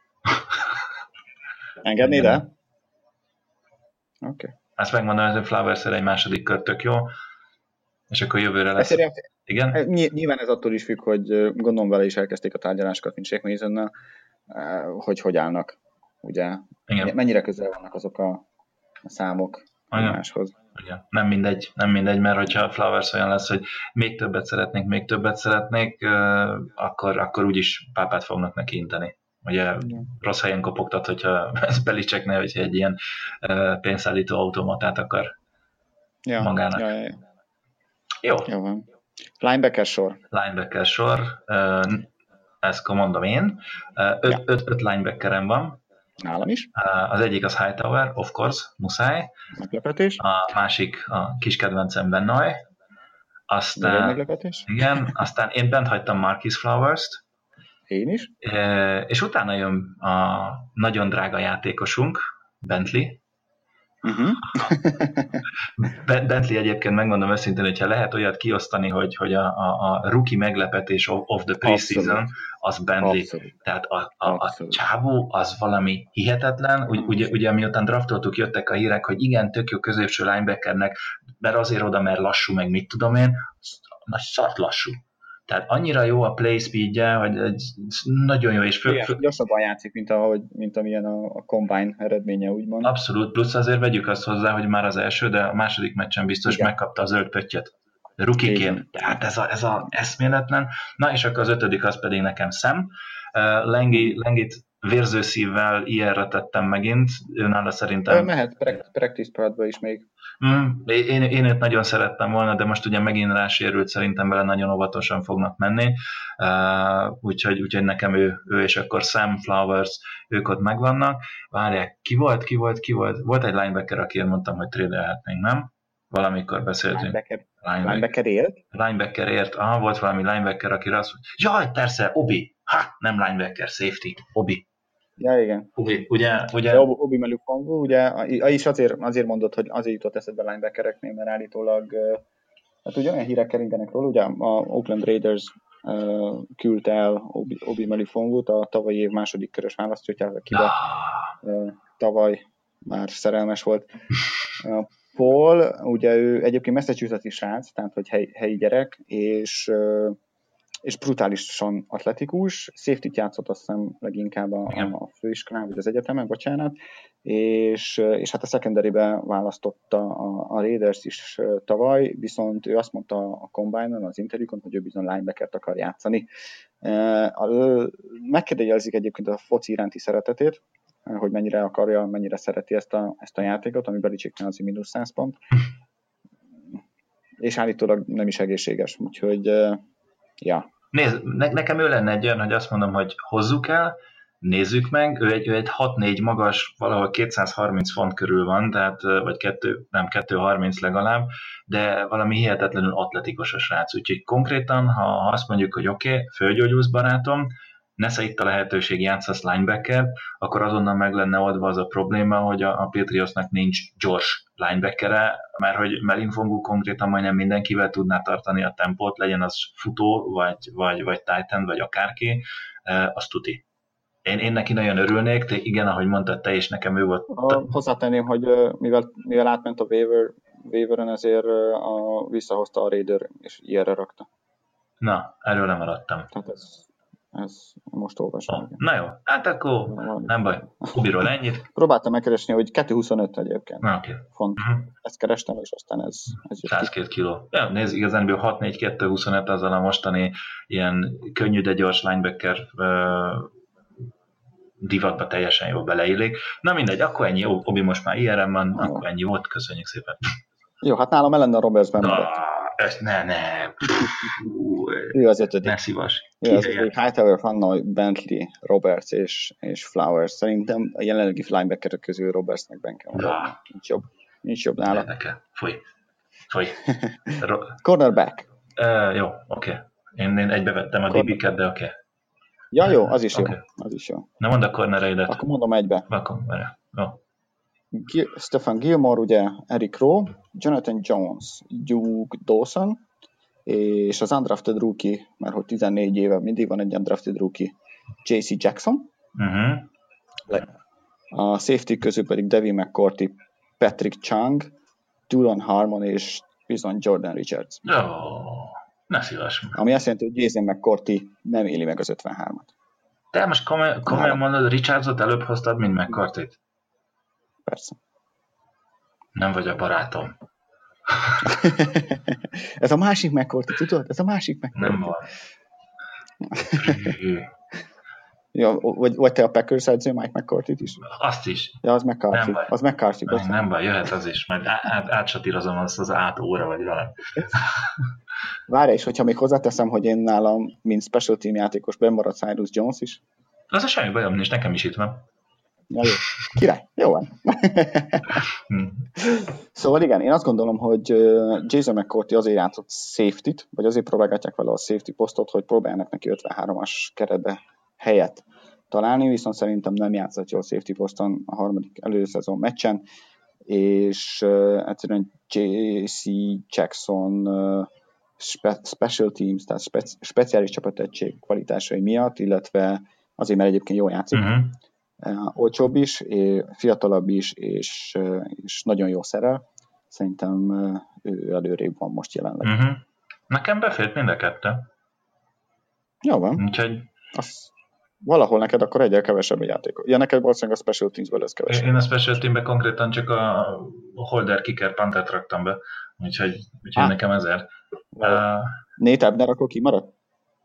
Engednéd el? Oké. Okay. Ezt megmondom, hogy Flowers egy második kör tök jó, és akkor jövőre lesz. Ezt igen? Nyilván ez attól is függ, hogy gondolom vele is elkezdték a tárgyalásokat, mint Shake Masonnal, hogy hogy állnak, ugye? Igen. Mennyire közel vannak azok a, a számok egymáshoz. Igen. Nem mindegy, nem mindegy, mert hogyha Flowers olyan lesz, hogy még többet szeretnék, még többet szeretnék, akkor, akkor úgyis pápát fognak neki inteni. Ugye igen. Rossz helyen kopogtat, hogyha ez Belichicknél, hogyha egy ilyen uh, pénzszállító automatát akar ja, magának. Ja, ja, ja. Jó. Jó van. Linebacker sor. Linebacker sor. Uh, ezt mondom én. Uh, öt, ja. öt, öt linebackerem van. Nálam is. Uh, az egyik az Hightower, of course, muszáj. Meglepetés. A másik a kis kedvencem Benoy. Aztán, meglepetés. Igen, aztán én bent hagytam Marquise Flowers-t. Én is. E, és utána jön a nagyon drága játékosunk, Bentley. Uh-huh. Bentley egyébként megmondom őszintén, hogyha lehet olyat kiosztani, hogy, hogy a, a, a rookie meglepetés of the preseason, az Bentley. Abszolút. Tehát a, a, a csávó az valami hihetetlen. Ugy, ugye, ugye miután draftoltuk, jöttek a hírek, hogy igen, tök jó középső linebackernek, mert azért oda, mert lassú, meg mit tudom én, nagy szart lassú. Tehát annyira jó a play speedje, hogy egy nagyon jó, és fő, fő... gyorsabban játszik, mint, ahogy, mint amilyen a, a combine eredménye, úgymond. Abszolút, plusz azért vegyük azt hozzá, hogy már az első, de a második meccsen biztos igen. megkapta a zöld pöttyöt. Rukiként. Tehát ez a, ez a eszméletlen. Na, és akkor az ötödik az pedig nekem Sam. Uh, Lengi, Lengit vérzőszívvel ilyenre tettem megint. Őnála szerintem... Mehet practice partba is még. Mm, én, én őt nagyon szerettem volna, de most ugye megint rásérült, szerintem vele nagyon óvatosan fognak menni. Uh, úgyhogy, úgyhogy nekem ő, ő és akkor Sam, Flowers, ők ott megvannak. Várják, ki volt, ki volt, ki volt? Volt egy linebacker, akiért mondtam, hogy trade-elhetnénk, nem? Valamikor beszéltünk. Linebacker, linebacker ért? Linebacker ért. Aha, volt valami linebacker, akire azt mondja, jaj, persze, Obi. Ha, nem linebacker, safety, Obi. Ja, igen. Obi, ugye? ugye... Obi Melifonwu, ugye, és azért, azért mondott, hogy azért jutott eszedbe linebackereknél, mert állítólag, hát ugye olyan hírek keringenek róla, ugye a Oakland Raiders uh, küldte el Obi, Obi Melifonwut, a tavalyi év második körös választótját, akiben uh, tavaly már szerelmes volt. Uh, Paul, ugye ő egyébként Massachusetts-i srác, tehát hogy hely, helyi gyerek, és uh, és brutálisan atletikus, safety-t játszott azt hiszem leginkább a, a főiskolán, vagy az egyetemen, bocsánat, és, és hát a secondary-be választotta a, a Raiders is tavaly, viszont ő azt mondta a Combine-on, az interjúkon, hogy ő bizony linebackert akar játszani. Megkérdőjelezik egyébként a foci iránti szeretetét, hogy mennyire akarja, mennyire szereti ezt a, ezt a játékot, ami Belichicknél azért mínusz száz pont, és állítólag nem is egészséges, úgyhogy ja. Nézd, ne, nekem ő lenne egy olyan, hogy azt mondom, hogy hozzuk el, nézzük meg, ő egy, ő egy hat négy magas, valahol kétszázharminc font körül van, tehát, vagy kettő, nem, kétszázharminc legalább, de valami hihetetlenül atletikus a srác, úgyhogy konkrétan, ha azt mondjuk, hogy oké, okay, fölgyógyulsz barátom, nesze itt a lehetőség, játszasz linebacker, akkor azonnal meg lenne oldva az a probléma, hogy a, a Patriotsnak nincs gyors linebackere, mert hogy Melifonwu konkrétan majdnem mindenkivel tudná tartani a tempót, legyen az futó, vagy, vagy, vagy tight end, vagy akárki, e, azt tuti. Én, én neki nagyon örülnék, de igen, ahogy mondtad te, és nekem ő volt... A, hozzátenném, hogy mivel, mivel átment a waiver, waiveren, ezért a, visszahozta a Raider, és ilyenre rakta. Na, erről nem maradtam. Tehát ez... Ez most olvasom. Na jó, hát akkor nem baj. Obiról ennyit. Próbáltam megkeresni, hogy kettő huszonöt egyébként. Na, oké. Okay. Font. Uh-huh. Ezt kerestem, és aztán ez... ez száz két kiló. Ja, nézd, igazán hat négy kettő huszonöt azzal a mostani ilyen könnyű, de gyors linebacker uh, divatba teljesen jól beleillik. Na mindegy, akkor ennyi. Obi most már ilyen van, jó. Akkor ennyi volt. Köszönjük szépen. Jó, hát nálam Ellen a Robertsben maradt. Ezt ne, ne. Ő az ötödik. Ne szívas. Ő az ötödik. Hightower, Fannoy, Bentley, Roberts és, és Flowers. Szerintem a jelenlegi linebackerek közül Robertsnek ben kell maradni. Nincs jobb. Nincs jobb nála. Érdekel. Fúj. Fúj. Cornerback. Uh, jó, oké. Okay. Én, én egybevettem a D B-ket, de oké. Okay. Ja, jó, az is okay. jó. Az is jó. Na mondd a cornereidet. Akkor mondom egybe. Akkor, jó. G- Stephen Gilmore, ugye, Eric Rowe, Jonathan Jones, Duke Dawson, és az undrafted rookie, mert hogy tizennégy éve mindig van egy undrafted rookie, J C Jackson. Uh-huh. A safety közül pedig Devin McCourty, Patrick Chung, Dulon Harmon és bizony Jordan Richards. Ó, oh, ne szíves. Ami azt jelenti, hogy Jason McCourty nem éli meg az ötvenhármat. Te most komolyan komoly mondod, Richardsot előbb hoztad, mint McCourtyt? Persze. Nem vagy a barátom. Ez a másik McCourty, tudod? Ez a másik McCourty. Nem van. Ja, vagy, vagy te a Packers edző Mike McCourty-t is? Azt is. Ja, az McCarthy. Nem baj. Az McCarthy. Nem, nem baj, jöhet az is. Majd át, átsatírozom azt az átóra, vagy valami. Várj, és hogyha még hozzáteszem, hogy én nálam, mint special team játékos, bemaradt Cyrus Jones is. Az a semmi bajom nincs, nekem is itt van. Ja, jó. Király. Jó van. Szóval igen, én azt gondolom, hogy Jason McCourty azért játszott safety-t, vagy azért próbálgatják vele a safety posztot, hogy próbálnak neki ötvenhármas keretbe helyet találni, viszont szerintem nem játszott jól safety poszton a harmadik előszezon meccsen, és uh, egyszerűen J C Jackson uh, spe- special teams, tehát spe- speciális csapategység kvalitásai miatt, illetve azért, mert egyébként jól játszik, uh-huh. uh, olcsóbb is, fiatalabb is, és, uh, és nagyon jó szerel. Szerintem uh, ő előrébb van most jelenleg. Uh-huh. Nekem befért mind a kettő. Jó van. Úgyhogy... Az, valahol neked akkor egyel kevesebb a játékok. Ja, neked valószínűleg a Special Teams-ből lesz kevesebb. Én a Special Team-ben konkrétan csak a Holder Kicker Pantert raktam be, úgyhogy, úgyhogy ah. nekem ezért. Uh, Nate Ebner akkor kimaradt?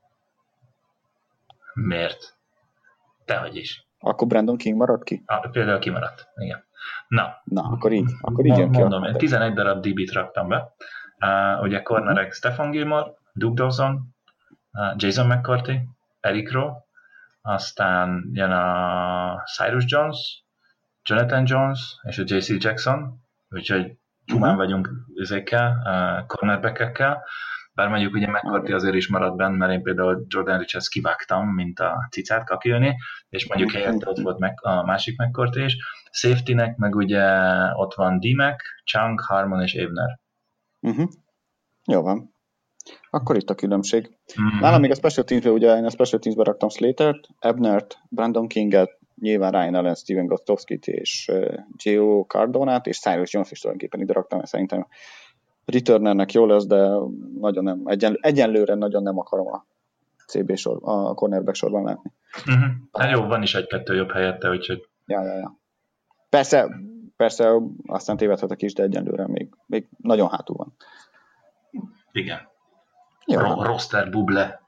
Miért? Tehogy is. Akkor Brandon King maradt ki? Ah, például kimaradt, igen. Na, Na akkor így, akkor így jön ki. Mondom, én tizenegy darab dé bét raktam be. Uh, ugye cornerek uh-huh. Stephen Gilmore, Duke Dawson, uh, Jason McCourty, Eric Rowe, aztán jön a Cyrus Jones, Jonathan Jones és a jé cé Jackson, úgyhogy humán uh-huh. vagyunk ezekkel, uh, cornerback-ekkel. Bár mondjuk ugye McCourty azért is maradt benn, mert én például Jordan Richards kivágtam, mint a cicát kakilni, és mondjuk helyette ott volt meg a másik McCourty is. Safety-nek meg ugye ott van D-Mac, Chung, Harmon és Ebner. Uh-huh. Jó van. Akkor itt a különbség. Mm-hmm. Nálam még a Special Teams-be, ugye én a Special Teams-be raktam Slatert, Ebnert, Brandon Kinget, nyilván Ryan Allen, Steven Gostkowskit és uh, Gio Cardonát, és Cyrus Jones is tulajdonképpen ide raktam, mert szerintem returnernek jó lesz, de nagyon nem, egyen, egyenlőre nagyon nem akarom a cé bé sor, a cornerback sorban látni. Mm-hmm. Hát jó, van is egy-kettő jobb helyette, úgyhogy... Ja, ja, ja. Persze, persze, aztán tévedhetek is, de egyenlőre még, még nagyon hátul van. Igen. Ro- roster buble.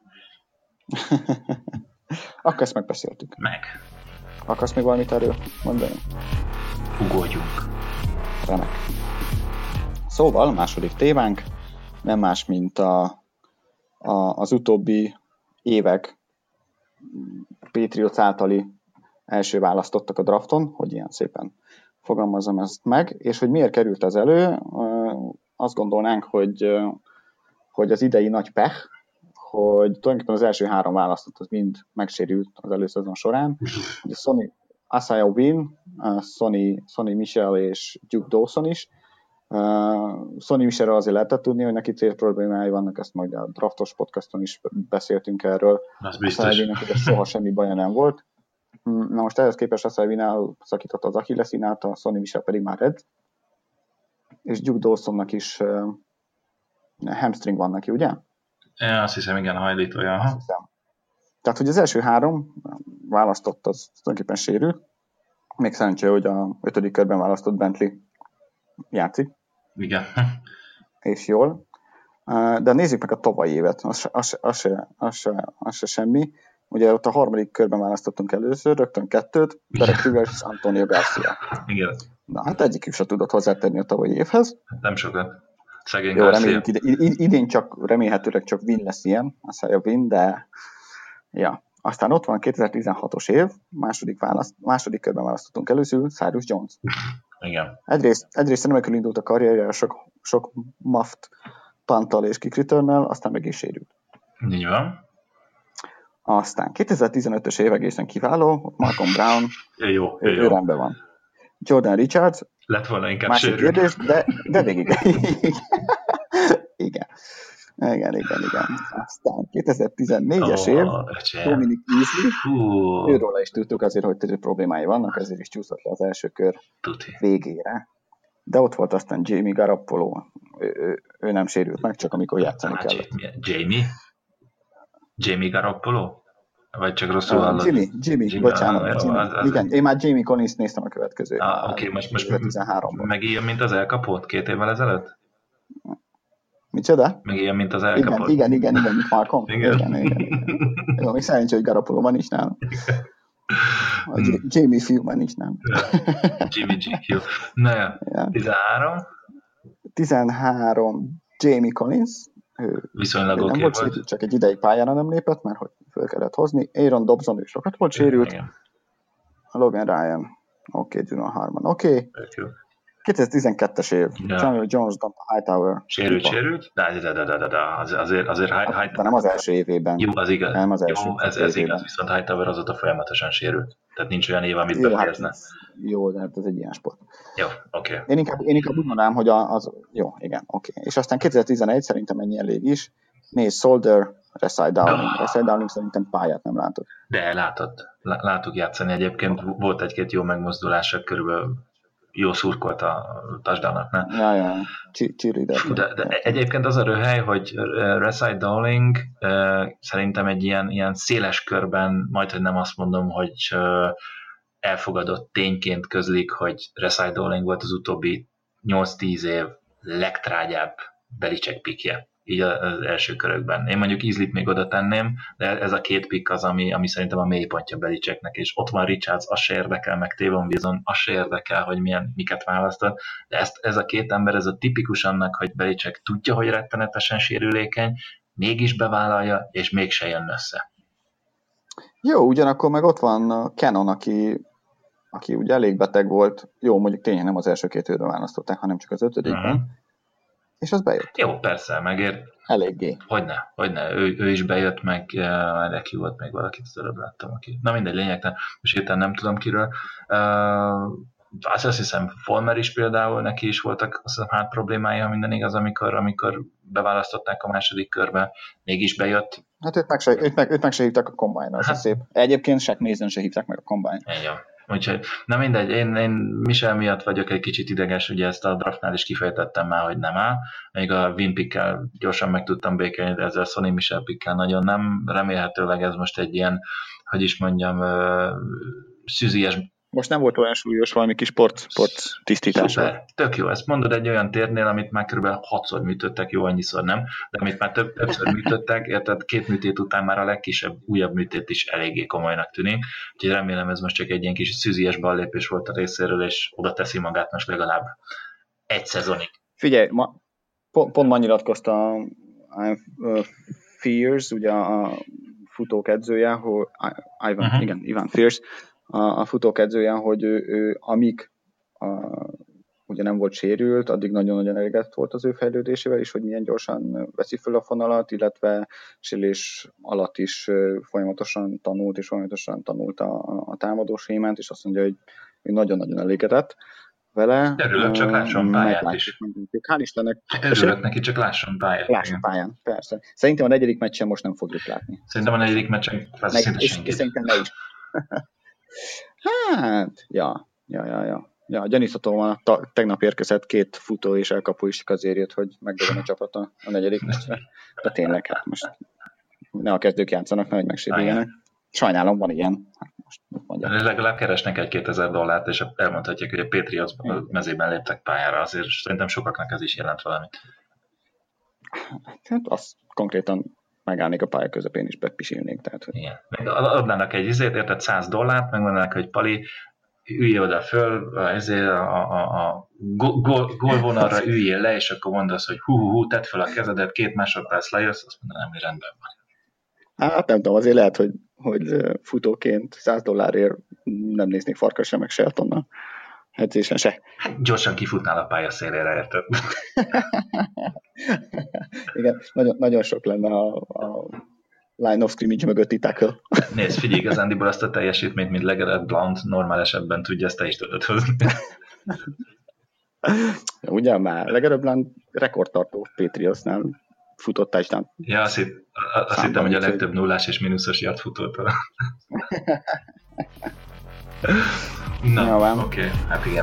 Akkor ezt megbeszéltük. Meg. Akarsz még valamit erről mondani? Ugorjunk. Remek. Szóval a második témánk nem más, mint a, a, az utóbbi évek Patriots általi első választottak a drafton, hogy ilyen szépen fogalmazom ezt meg, és hogy miért került ez elő, azt gondolnánk, hogy, hogy az idei nagy pech, hogy tulajdonképpen az első három választott az mind megsérült az előszezon során. Ugye Sonny Isaiah Wynn, Sonny, Sonny Michel és Duke Dawson is. Uh, Sonny Michelről azért lehetett tudni, hogy neki cél problémái vannak, ezt majd a draftos podcaston is beszéltünk erről. Az biztos. Aztán soha semmi baja nem volt. Na most ehhez képest Isaiah Wynn elszakította az Achilleszínát, a Sonny Michel pedig már red. És Duke Dawsonnak is uh, hamstring van neki, ugye? Én azt hiszem, igen, hajlítója. Azt hiszem. Tehát, hogy az első három választott, az tulajdonképpen sérül. Még szerencsé, hogy a ötödik körben választott Bentley játszik. Igen. És jól. De nézzük meg a tavalyi évet. Az, az, az, se, az, se, az se semmi. Ugye ott a harmadik körben választottunk először, rögtön kettőt, Derek Rivers és Antonio Garcia. Igen. Na, hát egyikük se tudott hozzátenni a tavalyi évhez. Nem sokat. Szegény Jó, Garcia. reméljük, ide, idén csak, remélhetőleg csak Win lesz ilyen, azt mondja Win, de ja. Aztán ott van kétezer-tizenhatos év, második, választ, második körben választottunk először, Cyrus Jones. Igen. Egyrészt, egyrészt remekül indult a karrierje, sok, sok maft punttal és kick returnnel, aztán meg is sérült. Így van. Aztán kétezer-tizenötös év egészen kiváló, Malcolm Brown, jó, ő, jó. ő rendben van. Jordan Richards, lett volna inkább másik sérült. kérdés, de, de végig. igen. Igen, igen, igen. Aztán kétezer-tizennégyes oh, év, öcsém. Dominic Easley, uh. őróla is tudtuk azért, hogy törő problémái vannak, ezért is csúszott le az első kör Tuti. végére. De ott volt aztán Jamie Garoppolo, ő, ő, ő nem sérült meg, csak amikor játszani hát, kellett. Jamie? Jamie Garoppolo? Vagy csak rosszul uh, hallod? Jimmy, Jimmy, Jimmy, bocsánat. Ah, Jimmy. Az, az, igen, én már Jamie Collins néztem a következő. Ah, oké, okay, most, most meg ilyen, mint az elkapott két évvel ezelőtt? Micsoda? Meg ilyen, mint az elkapott. Igen, igen, igen, igen, mint Malcolm. Igen. Igen, igen, igen. Jó, még szerencsé, hogy Garoppolo van is nálam. Hmm. Jamie Fewman is nem. Jimmy gé kú. Na ja, tizenhárom. tizenhárom Jamie Collins. Ő, viszonylag ő oké okay volt. Sérült, csak egy ideig pályára nem lépett, mert hogy föl kellett hozni. Aaron Dobson ő sokat volt sérült. Igen. Logan Ryan. Oké, okay, Juno Harman. Oké. Okay. kétezer-tizenkettes év. Ja. Samuel Jones, Donta Hightower. Sérült, sérült? De, de, de, de, de, de. azért, azért high, high... De nem az első évében. Jó, az igaz. Nem az első jó, ez, ez igaz, viszont Hightower azóta folyamatosan sérült. Tehát nincs olyan év, amit jó, befejezne. Hát, jó, de hát ez egy ilyen sport. Jó, oké. Okay. Én inkább, én inkább úgy mondanám, hogy az... Jó, igen, oké. Okay. És aztán kétezer-tizenegy szerintem ennyi elég is. Nézd, Solder, Resai Downing. Resai Downing szerintem pályát nem látott. De látott. Láttuk játszani egyébként. Volt egy-két jó megmozdulása körülbelül jó szurkolt a touchdownoknál. Ja, ja, cheerleader. De, de egyébként az a röhely, hogy Rashaad Dowling szerintem egy ilyen, ilyen széles körben, majdhogy nem azt mondom, hogy elfogadott tényként közlik, hogy Rashaad Dowling volt az utóbbi nyolc-tíz év legtrágyább Belichick pickje, így az első körökben. Én mondjuk Easlit még oda tenném, de ez a két pick az, ami, ami szerintem a mélypontja Belichicknek, és ott van Richards, az se érdekel, meg Tavon Wilson, az se érdekel, hogy milyen, miket választott, de ezt, ez a két ember, ez a tipikus annak, hogy Belichick tudja, hogy rettenetesen sérülékeny, mégis bevállalja, és mégse jön össze. Jó, ugyanakkor meg ott van Cannon, aki, aki ugye elég beteg volt, jó, mondjuk tényleg nem az első két őrben választották, hanem csak az ötödikben, uh-huh. És az bejött. Jó, persze, megért. Eléggé. Hogyne, hogyne. Ő, ő is bejött, meg uh, ki volt még valakit, az előbb láttam, aki. Na mindegy, lényegtelen, most héten nem tudom kiről. Uh, azt, azt hiszem, Fulmer is például, neki is voltak azt hiszem, hát problémái, ha minden igaz, amikor, amikor beválasztották a második körbe, mégis bejött. Hát őt meg se, őt meg, őt meg se hívták a Combine-ra, az hát, szép. Egyébként Shaq Mason se hívták meg a Combine-ra. Igen. Úgyhogy, na mindegy, én, én Michel miatt vagyok egy kicsit ideges, ugye ezt a draftnál is kifejtettem már, hogy nem áll. Még a Win pickkel gyorsan meg tudtam békelni, de ezzel Sonny Michel pickkel nagyon nem. Remélhetőleg ez most egy ilyen, hogy is mondjam, uh, szűzies. Most nem volt olyan súlyos valami kis sport, sport tisztítás. Szuper, tök jó. Ezt mondod egy olyan térnél, amit már kb. hatszor műtöttek, jó, annyiszor nem, de amit már több, többször műtöttek, érted, két műtét után már a legkisebb, újabb műtét is eléggé komolynak tűnik. Úgyhogy remélem ez most csak egy ilyen kis szűzies ballépés volt a részéről, és oda teszi magát most legalább egy szezonig. Figyelj, ma, pont, pont ma nyilatkozta a Fears, ugye a futók edzője, hogy Ivan, uh-huh. igen, Ivan Fears, a futókedzője, hogy ő, ő amíg a, ugye nem volt sérült, addig nagyon-nagyon elégedett volt az ő fejlődésével, és hogy milyen gyorsan veszi föl a fonalat, illetve sérülés alatt is folyamatosan tanult, és folyamatosan tanult a, a támadó sémánt, és azt mondja, hogy ő nagyon-nagyon elégedett vele. Örülök, csak lásson pályát is. Hál' Istennek. Örülök neki, csak lásson pályát. Lásson pályán, persze. Szerintem a negyedik meccsen most nem fogjuk látni. Szerintem a negyedik meccsen szinte és, és szerintem ne is. Hát, ja, ja, ja, ja. Ja, gyaníthatóan ta, tegnap érkezett két futó és elkapó is azért jött, hogy megdobjon a csapat a, a negyedik meccsre. De tényleg, hát most ne a kezdők játszanak, nehogy megsérüljenek. Sajnálom, van ilyen. Hát most mondjam. Legalább keresnek egy-kétezer dollárt, és elmondhatják, hogy a Patriots mezében léptek pályára, azért szerintem sokaknak ez is jelent valamit. Hát az konkrétan megállnék a pálya közepén is bepisilnék. Tehát, hogy... Igen. Meg adnának egy izét, érted száz dollárt, megmondanak, hogy Pali, ülj oda föl, ezért a, a, a gól, gólvonalra üljél le, és akkor mondasz, hogy hú, hú, hú, tedd fel a kezedet, két másodperc lejössz, azt mondanám, hogy rendben van. Hát nem tudom, azért lehet, hogy, hogy futóként száz dollárért nem néznék Farkasra, meg Sheltonnal. Edzésen se. Hát gyorsan kifutnál a pálya szélére, érted? Igen, nagyon, nagyon sok lenne a, a line of scrimmage mögötti tackle. Nézd, figyelj, igazándiból azt a teljesítményt, mint Legerett Blount normál esetben tudja, ezt te is tudod hozni. Ugyan már, Legerett Blount rekordtartó Patriotsnál futott touchdown. Ja, azt, hitt, azt hittem, hogy a legtöbb nullás és mínuszos yard futótól. Na, oké, okay, hát igen.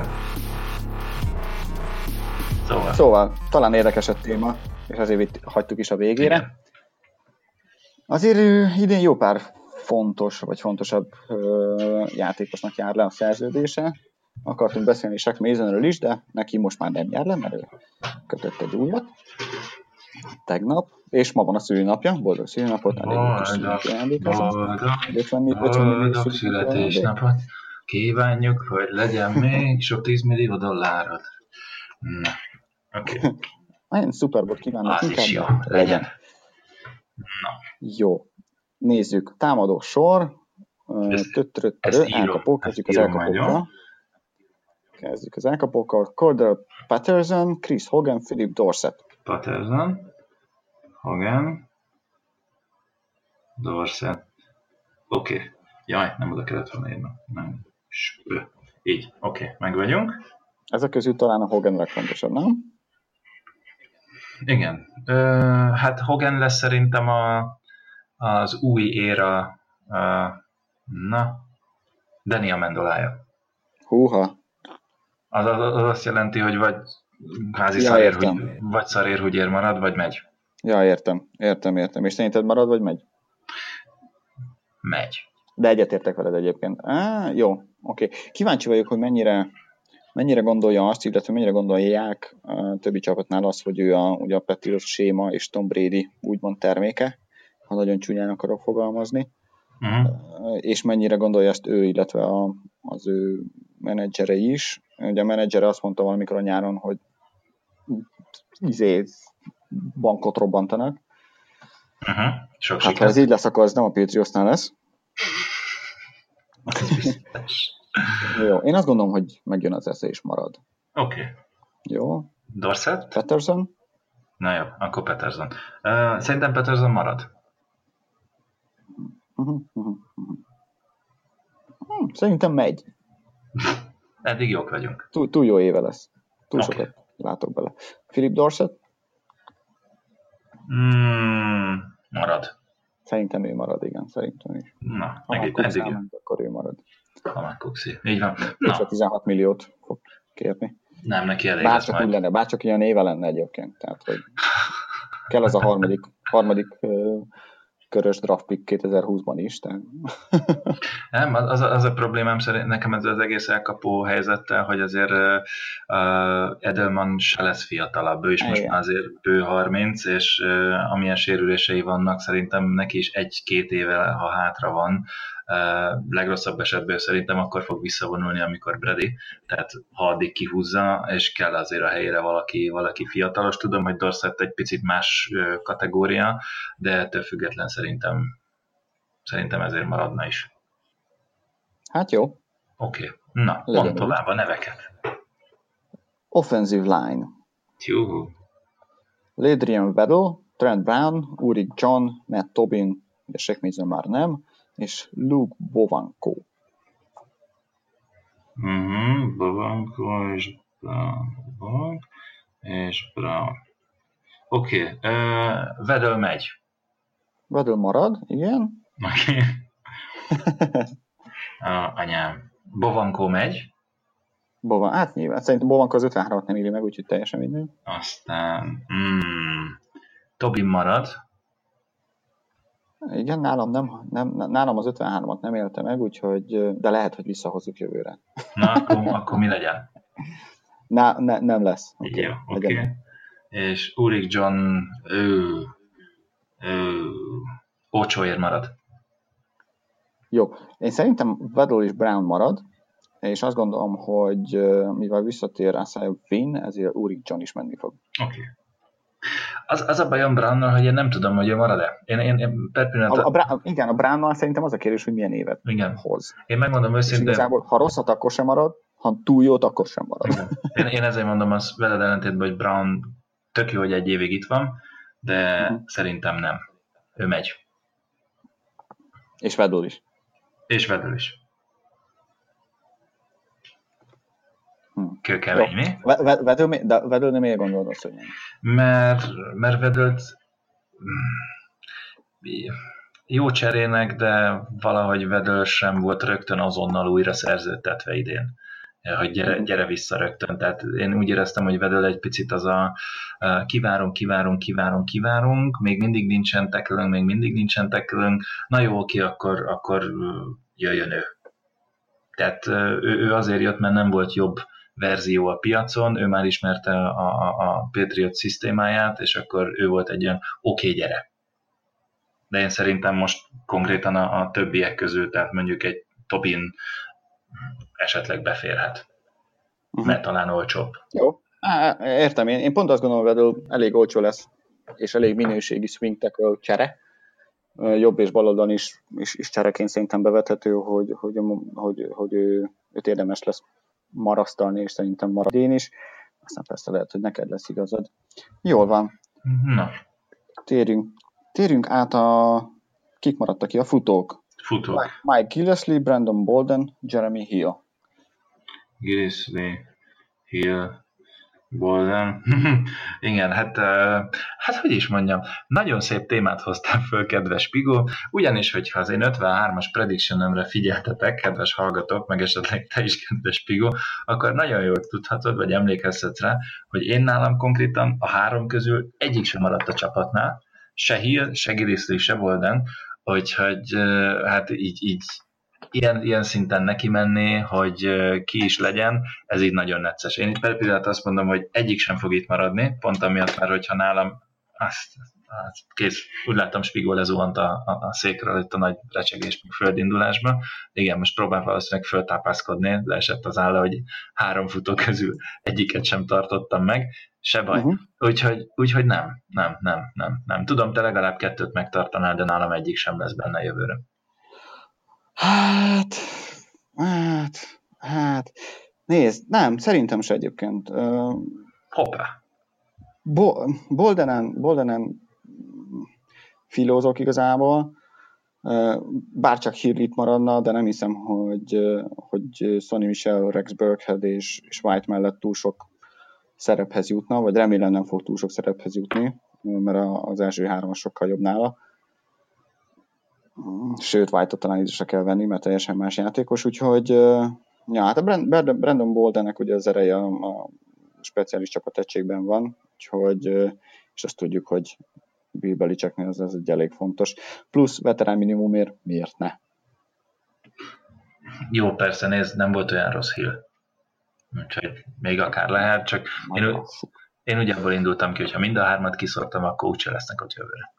Szóval. Szóval, talán érdekes a téma, és azért itt hagytuk is a végére. Igen. Azért idén jó pár fontos, vagy fontosabb ö, játékosnak jár le a szerződése. Akartunk beszélni Shaq Masonről is, de neki most már nem jár le, mert ő kötött egy újat. Tegnap, és ma van a szülinapja, boldog szülinapot, boldog, boldog, boldog születésnapot, kívánjuk, hogy legyen még sok tízmillió dollárod. Na, oké. Okay. Nagyon szuper volt, kívánok. Az is jó, legyen. Na. Jó, nézzük, támadó sor, elkapók, kezdjük az elkapókkal. Kezdjük az elkapókkal, Cordell Patterson, Chris Hogan, Philip Dorsett. Patterson, Hogan, Dorsett. Oké, okay. Jaj, nem oda kellett volna írnom. Nem. Spö. Így, oké, okay. Meg vagyunk. Ezek közül talán a Hogan legfontosabb, nem? Igen. Ö, hát Hogan lesz szerintem a, az új éra, a, na, Danny Amendolája. Húha. Az, az, az azt jelenti, hogy vagy kvázi Ja, szarér, értem. hogy, vagy szarér, hogy ér marad, vagy megy. Ja, értem, értem, értem. És szerinted marad, vagy megy? Megy. De egyetértek veled egyébként. Á, jó, oké. Kíváncsi vagyok, hogy mennyire, mennyire gondolja azt, illetve mennyire gondolják a többi csapatnál azt, hogy ő a, ugye a Patriots séma és Tom Brady úgymond terméke, ha nagyon csúnyán akarok fogalmazni, uh-huh. És mennyire gondolja ezt ő, illetve a, az ő menedzsere is. Ugye a menedzsere azt mondta valamikor a nyáron, hogy izé, bankot robbantanak. Uh-huh. Sok hát ha ez így lesz, akkor ez nem a Patriotsnál lesz. Jó, én azt gondolom, hogy megjön az esze és marad. Oké. Okay. Jó. Dorsett? Patterson? Na jó, akkor Patterson. Uh, szerintem Patterson marad. Uh-huh, uh-huh, uh-huh. Hmm, szerintem megy. Eddig jók vagyunk. Túl, túl jó éve lesz. Túl okay. sokat látok bele. Philip Dorsett? Mm, marad. Szerintem ő marad, igen, szerintem is. Na, ha eddig, eddig jó. Akkor ő marad. Hamar Kuxi. Így van. Na. tizenhat milliót fog kérni. Nem, neki elég bárcsak lesz majd. Lenne, bárcsak ilyen éve lenne egyébként. Tehát, hogy kell az a harmadik, harmadik uh, körös draft pick kétezer-húszban is. Tehát. Nem, az, az a problémám szerint nekem ez az egész elkapó helyzettel, hogy azért uh, Edelman se lesz fiatalabb, ő is most igen. már azért bő harminc, és uh, amilyen sérülései vannak, szerintem neki is egy-két éve, ha hátra van, Uh, legrosszabb esetben szerintem akkor fog visszavonulni, amikor Brady, tehát ha addig kihúzza, és kell azért a helyére valaki, valaki fiatalos. Tudom, hogy Dorsett egy picit más uh, kategória, de ettől független szerintem szerintem ezért maradna is. Hát jó. Oké, okay. Na, mondd tovább a neveket. Offensive line. Juhu. Ladrian Weddle, Trent Brown, Ulrich John, Matt Tobin, de Shaq Mason már nem, és Luke Bowanko. Mhm, Bowanko és Brown, és Brown. Oké, okay. uh, Weddle megy. Weddle marad, igen. Oké. Okay. uh, anyám. Bowanko megy. Bovan, hát nyilván. Szerintem Bowanko az ötvenhármat nem írja meg, úgyhogy teljesen mindegy. Aztán mm, Tobin marad. Igen, nálam, nem, nem, nálam az ötvenhármat nem élte meg, úgyhogy, de lehet, hogy visszahozzuk jövőre. Na, akkor, akkor mi legyen? Na, ne, nem lesz. Okay, jó, oké. Okay. És Ulrich John, ő, ő, Ochoért marad. Jó, én szerintem Weddle és Brown marad, és azt gondolom, hogy mivel visszatér Isaiah Wynn, ezért Ulrich John is menni fog. Oké. Okay. Az, az a bajom Brownnal, hogy én nem tudom, hogy ő marad-e. Én, én, én per pillanat... a, a Brown, igen, a Brownnal szerintem az a kérdés, hogy milyen évet igen. hoz. Én megmondom őszintén... Igazából, ha rosszat, akkor sem marad, ha túl jót, akkor sem marad. Én, én ezért mondom azt veled ellentétben, hogy Brown tök jó, hogy egy évig itt van, de uh-huh. szerintem nem. Ő megy. És Weddle is. És Weddle is. Hmm. Kőkemény, mi? Weddle, de Weddle miért gondolod azt, hogy nem? Mert, mert Weddle-t jó cserének, de valahogy Weddle sem volt rögtön azonnal újra szerződtetve idén. Hogy gyere, gyere vissza rögtön. Tehát én úgy éreztem, hogy Weddle egy picit az a uh, kivárunk, kivárunk, kivárunk, kivárunk, még mindig nincsen tekölünk, még mindig nincsen tekölünk, na jó, oké, akkor, akkor jöjjön ő. Tehát uh, ő, ő azért jött, mert nem volt jobb verzió a piacon, ő már ismerte a, a, a Patriot szisztémáját, és akkor ő volt egy olyan oké, okay, gyere. De én szerintem most konkrétan a, a többiek közül, tehát mondjuk egy Tobin esetleg beférhet, uh-huh. mert talán olcsóbb. Jó, Á, értem, én, én pont azt gondolom, hogy Weddle elég olcsó lesz, és elég minőségi swing tackle csere. Jobb és baloldalon is, is, is csereként szerintem bevethető, hogy, hogy, hogy, hogy ő, őt érdemes lesz marasztalni, és szerintem marad én is. Aztán persze lehet, hogy neked lesz igazad. Jól van. Na. Térjünk, térjünk át a... Kik maradtak ki? A futók. Futók. Mike Gillislee, Brandon Bolden, Jeremy Hill. Gillislee, Hill, Bolden. Igen, hát, hát hogy is mondjam, nagyon szép témát hoztam föl, kedves Pigó, ugyanis, hogyha az én ötvenhármas predictionemre figyeltetek, kedves hallgatók, meg esetleg te is, kedves Pigó, akkor nagyon jól tudhatod, vagy emlékezhetsz rá, hogy én nálam konkrétan a három közül egyik sem maradt a csapatnál, se Hill, se Gillisley, se Bolden, úgyhogy hát így, így Ilyen, ilyen szinten neki menni, hogy ki is legyen, ez így nagyon necces. Én itt per pillanat azt mondom, hogy egyik sem fog itt maradni, pont amiatt már, hogyha nálam azt, azt kész, úgy láttam, Spigó lezuhant a, a, a székről itt a nagy recsegés földindulásba. Igen, most próbál valószínűleg föltápászkodni, leesett az álla, hogy három futó közül egyiket sem tartottam meg, se baj. Uh-huh. Úgyhogy, úgyhogy nem, nem, nem, nem, nem. Tudom, te legalább kettőt megtartanál, de nálam egyik sem lesz benne jövőre. Hát, hát, hát, nézd, nem, szerintem se egyébként. Uh, Hoppá! Bo- Boldenen, Boldenen filózok igazából, uh, bárcsak Hill itt maradna, de nem hiszem, hogy, uh, hogy Sonny Michel, Rex Burkhead és, és White mellett túl sok szerephez jutna, vagy remélem nem fog túl sok szerephez jutni, mert az első három sokkal jobb nála. Sőt, White-ot talán idősre kell venni, mert teljesen más játékos, úgyhogy ja, hát a Brandon Boldennek ugye az ereje a speciális csapategységben van, úgyhogy, és azt tudjuk, hogy Bill Belichicknél ez, ez egy elég fontos. Plusz veterán minimumért miért ne? Jó, persze, nézd, nem volt olyan rossz Hill. Úgyhogy még akár lehet, csak én, én ugye abból indultam ki, hogyha mind a hármat kiszortam, akkor úgyse lesznek ott jövőre.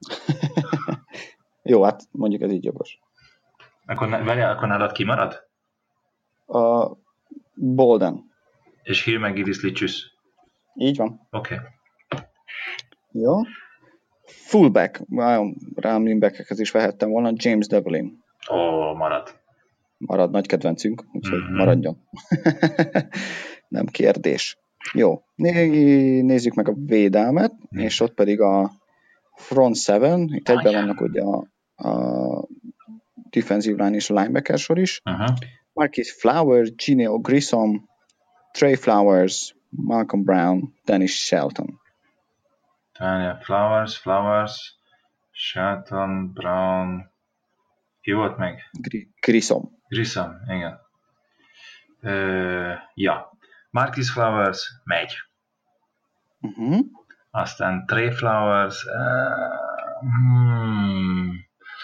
Jó, hát mondjuk ez így jogos. Akkor, várjál, akkor nálad kimarad? A Bolden. És Hill meg Gillisley csüsz. Így van. Oké. Okay. Jó. Fullback. Running backekhez is vehettem volna. James Devlin. Ó, oh, marad. Marad, nagy kedvencünk, úgyhogy mm-hmm. maradjon. Nem kérdés. Jó. Né- nézzük meg a védelmet, mm. és ott pedig a front seven, itt ah, egyben vannak ugye a, a defensive line és a linebacker sor is. Uh-huh. Marquise Flowers, Gino Grissom, Trey Flowers, Malcolm Brown, Dennis Shelton. Tanya Flowers, Flowers, Shelton, Brown, ki volt meg? Grissom. Grissom, igen. Uh, ja. Marquise Flowers megy. Uh-huh. Aztán Trey Flowers, uh, hmm,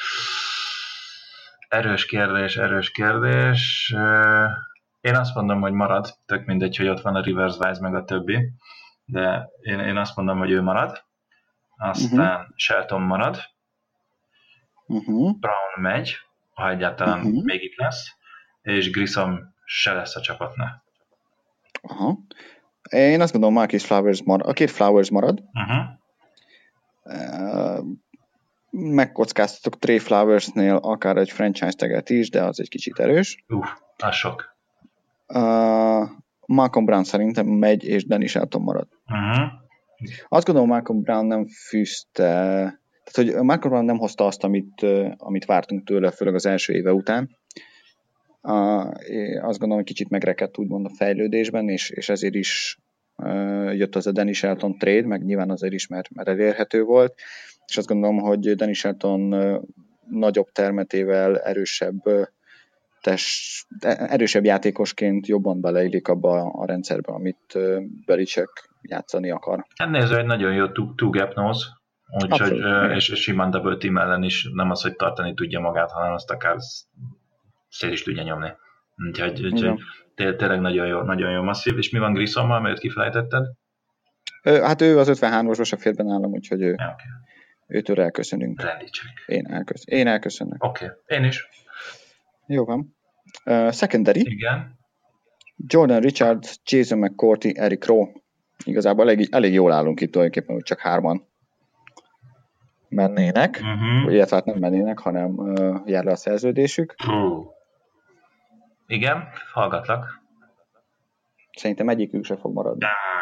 erős kérdés, erős kérdés. Uh, én azt mondom, hogy marad, tök mindegy, hogy ott van a Rivers Wise meg a többi, de én, én azt mondom, hogy ő marad. Aztán uh-huh. Shelton marad, uh-huh. Brown megy, ha egyáltalán uh-huh. még itt lesz, és Grissom se lesz a csapatnál. Aha. Én azt gondolom, Marquise Flowers marad, a két Flowers marad. Uh-huh. Uh, megkockáztatok Trey Flowersnél akár egy franchise taget is, de az egy kicsit erős. Uff, uh, az sok. Uh, Malcolm Brown szerintem megy, és Dennis Shelton marad. Uh-huh. Azt gondolom, Malcolm Brown nem fűzte, tehát hogy Malcolm Brown nem hozta azt, amit, amit vártunk tőle, főleg az első éve után. Uh, azt gondolom, hogy kicsit megrekedt úgymond a fejlődésben, és, és ezért is uh, jött az a Dennis Shelton trade, meg nyilván azért is, mert, mert elérhető volt, és azt gondolom, hogy Dennis Shelton uh, nagyobb termetével erősebb uh, test, erősebb játékosként jobban beleillik abba a rendszerbe, amit uh, Belichick játszani akar. Hát nézd, egy nagyon jó two-gap nose, úgyhogy, uh, és, és simán double team ellen is nem az, hogy tartani tudja magát, hanem azt akár szél is tudja nyomni. Úgyhogy, úgyhogy tényleg nagyon jó, nagyon jó masszív. És mi van Grissommal, mert kifelejtetted? Hát ő az ötvenhármasban se fér be nálam, úgyhogy ő, ja, okay. őtől elköszönünk. Rendítsek. Én, elkösz, én elköszönnek. Oké, okay. Én is. Jó van. Uh, secondary. Igen. Jordan Richards, Jason McCourty, Eric Rowe. Igazából elég, elég jól állunk itt tulajdonképpen, hogy csak hárman mennének. Uh-huh. Illetve hát nem mennének, hanem uh, jár le a szerződésük. Uh. Igen, hallgatlak. Szerintem egyikük se fog maradni.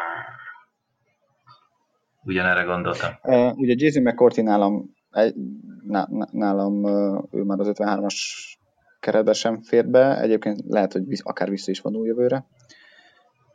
Ugyanerre gondoltam. Uh, ugye Jason McCourty nálam, nálam uh, ő már az ötvenhármas keretbe sem fér be. Egyébként lehet, hogy akár vissza is vonul jövőre.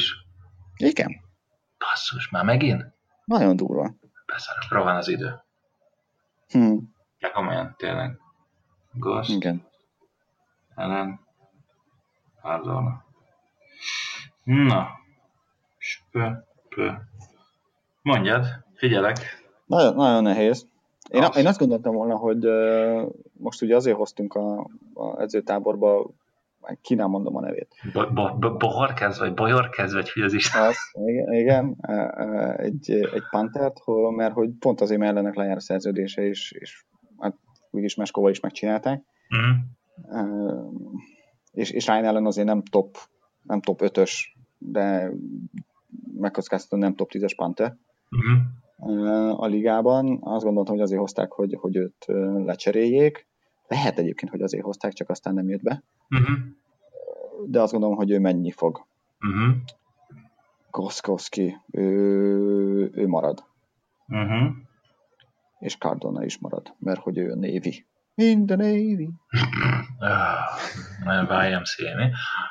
is. Igen. Basszus, már megint? Nagyon durva. Beszarok, rohan az idő. Hm. Ja, komolyan, tényleg. Ghost, Igen. Ellen, Cardona. Na, spö, pö. Mondjad, figyelek. Nagyon, nagyon nehéz. Én, Az. én azt gondoltam volna, hogy uh, most ugye azért hoztunk a, a edzőtáborba, ki nem mondom a nevét. Bohorkez, vagy Bojorkez, vagy mi az is? Az, igen, igen egy, egy Pantert, mert hogy pont azért, mert ellenek lejár a szerződése, és, és hát úgyis Meskóval is megcsinálták. Uh-huh. Uh, és, és Ryan ellen azért nem top, nem top ötös, de megkockáztatom nem top tízes Panther. Uh-huh. A ligában. Azt gondoltam, hogy azért hozták, hogy, hogy őt lecseréljék. Lehet egyébként, hogy azért hozták, csak aztán nem jött be. Uh-huh. De azt gondolom, hogy ő menni fog. Uh-huh. Gostkowski, ő, ő marad. Uh-huh. És Cardona is marad, mert hogy ő a Navy. In the Navy. Nagyon Y M C A, mi?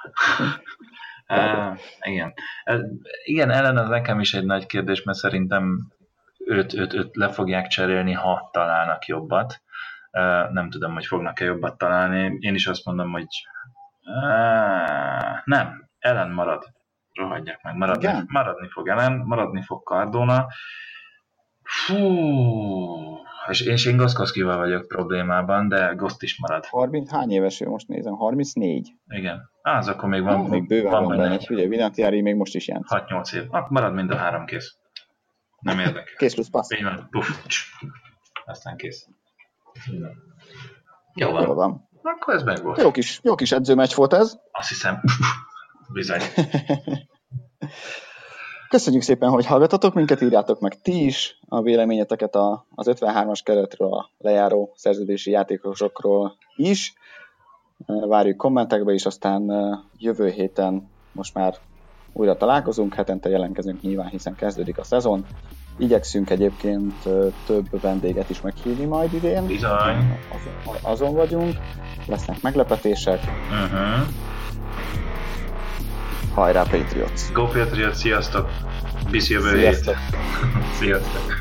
Uh, igen. Uh, igen, ellen az nekem is egy nagy kérdés, mert szerintem őt, őt, őt le fogják cserélni, ha találnak jobbat. Uh, nem tudom, hogy fognak-e jobbat találni. Én is azt mondom, hogy uh, nem, Ellen marad. Rohadják meg, maradni, maradni fog Ellen, maradni fog Cardona. Fú, és, és én Gostkowskival vagyok problémában, de Ghost is marad. harminc, hány éves ő most nézem? harmincnégy. Igen. Á, az akkor még van. Ah, még bőven van, van benne. Ugye, Vinatieri még most is játszik. hat-nyolc év. Akkor marad mind a három, kész. Nem érdekel. Kész plusz passz. Így van. Puff. Aztán kész. Jó van. Jó van. Akkor ez meg volt. Jó kis, jó kis edzőmeccs volt ez. Azt hiszem. Bizony. Köszönjük szépen, hogy hallgatatok minket, írjátok meg ti is a véleményeteket a, az ötvenhármas keretről, a lejáró szerződési játékosokról is. Várjuk kommentekbe is, aztán jövő héten most már újra találkozunk, hetente jelentkezünk nyilván, hiszen kezdődik a szezon. Igyekszünk egyébként több vendéget is meghívni majd idén. Bizony. Azon, azon vagyunk, lesznek meglepetések. Uh-huh. Hajrá Patriots! Go Patriots, sziasztok! Bis jövő hét! Sziasztok! Sziasztok!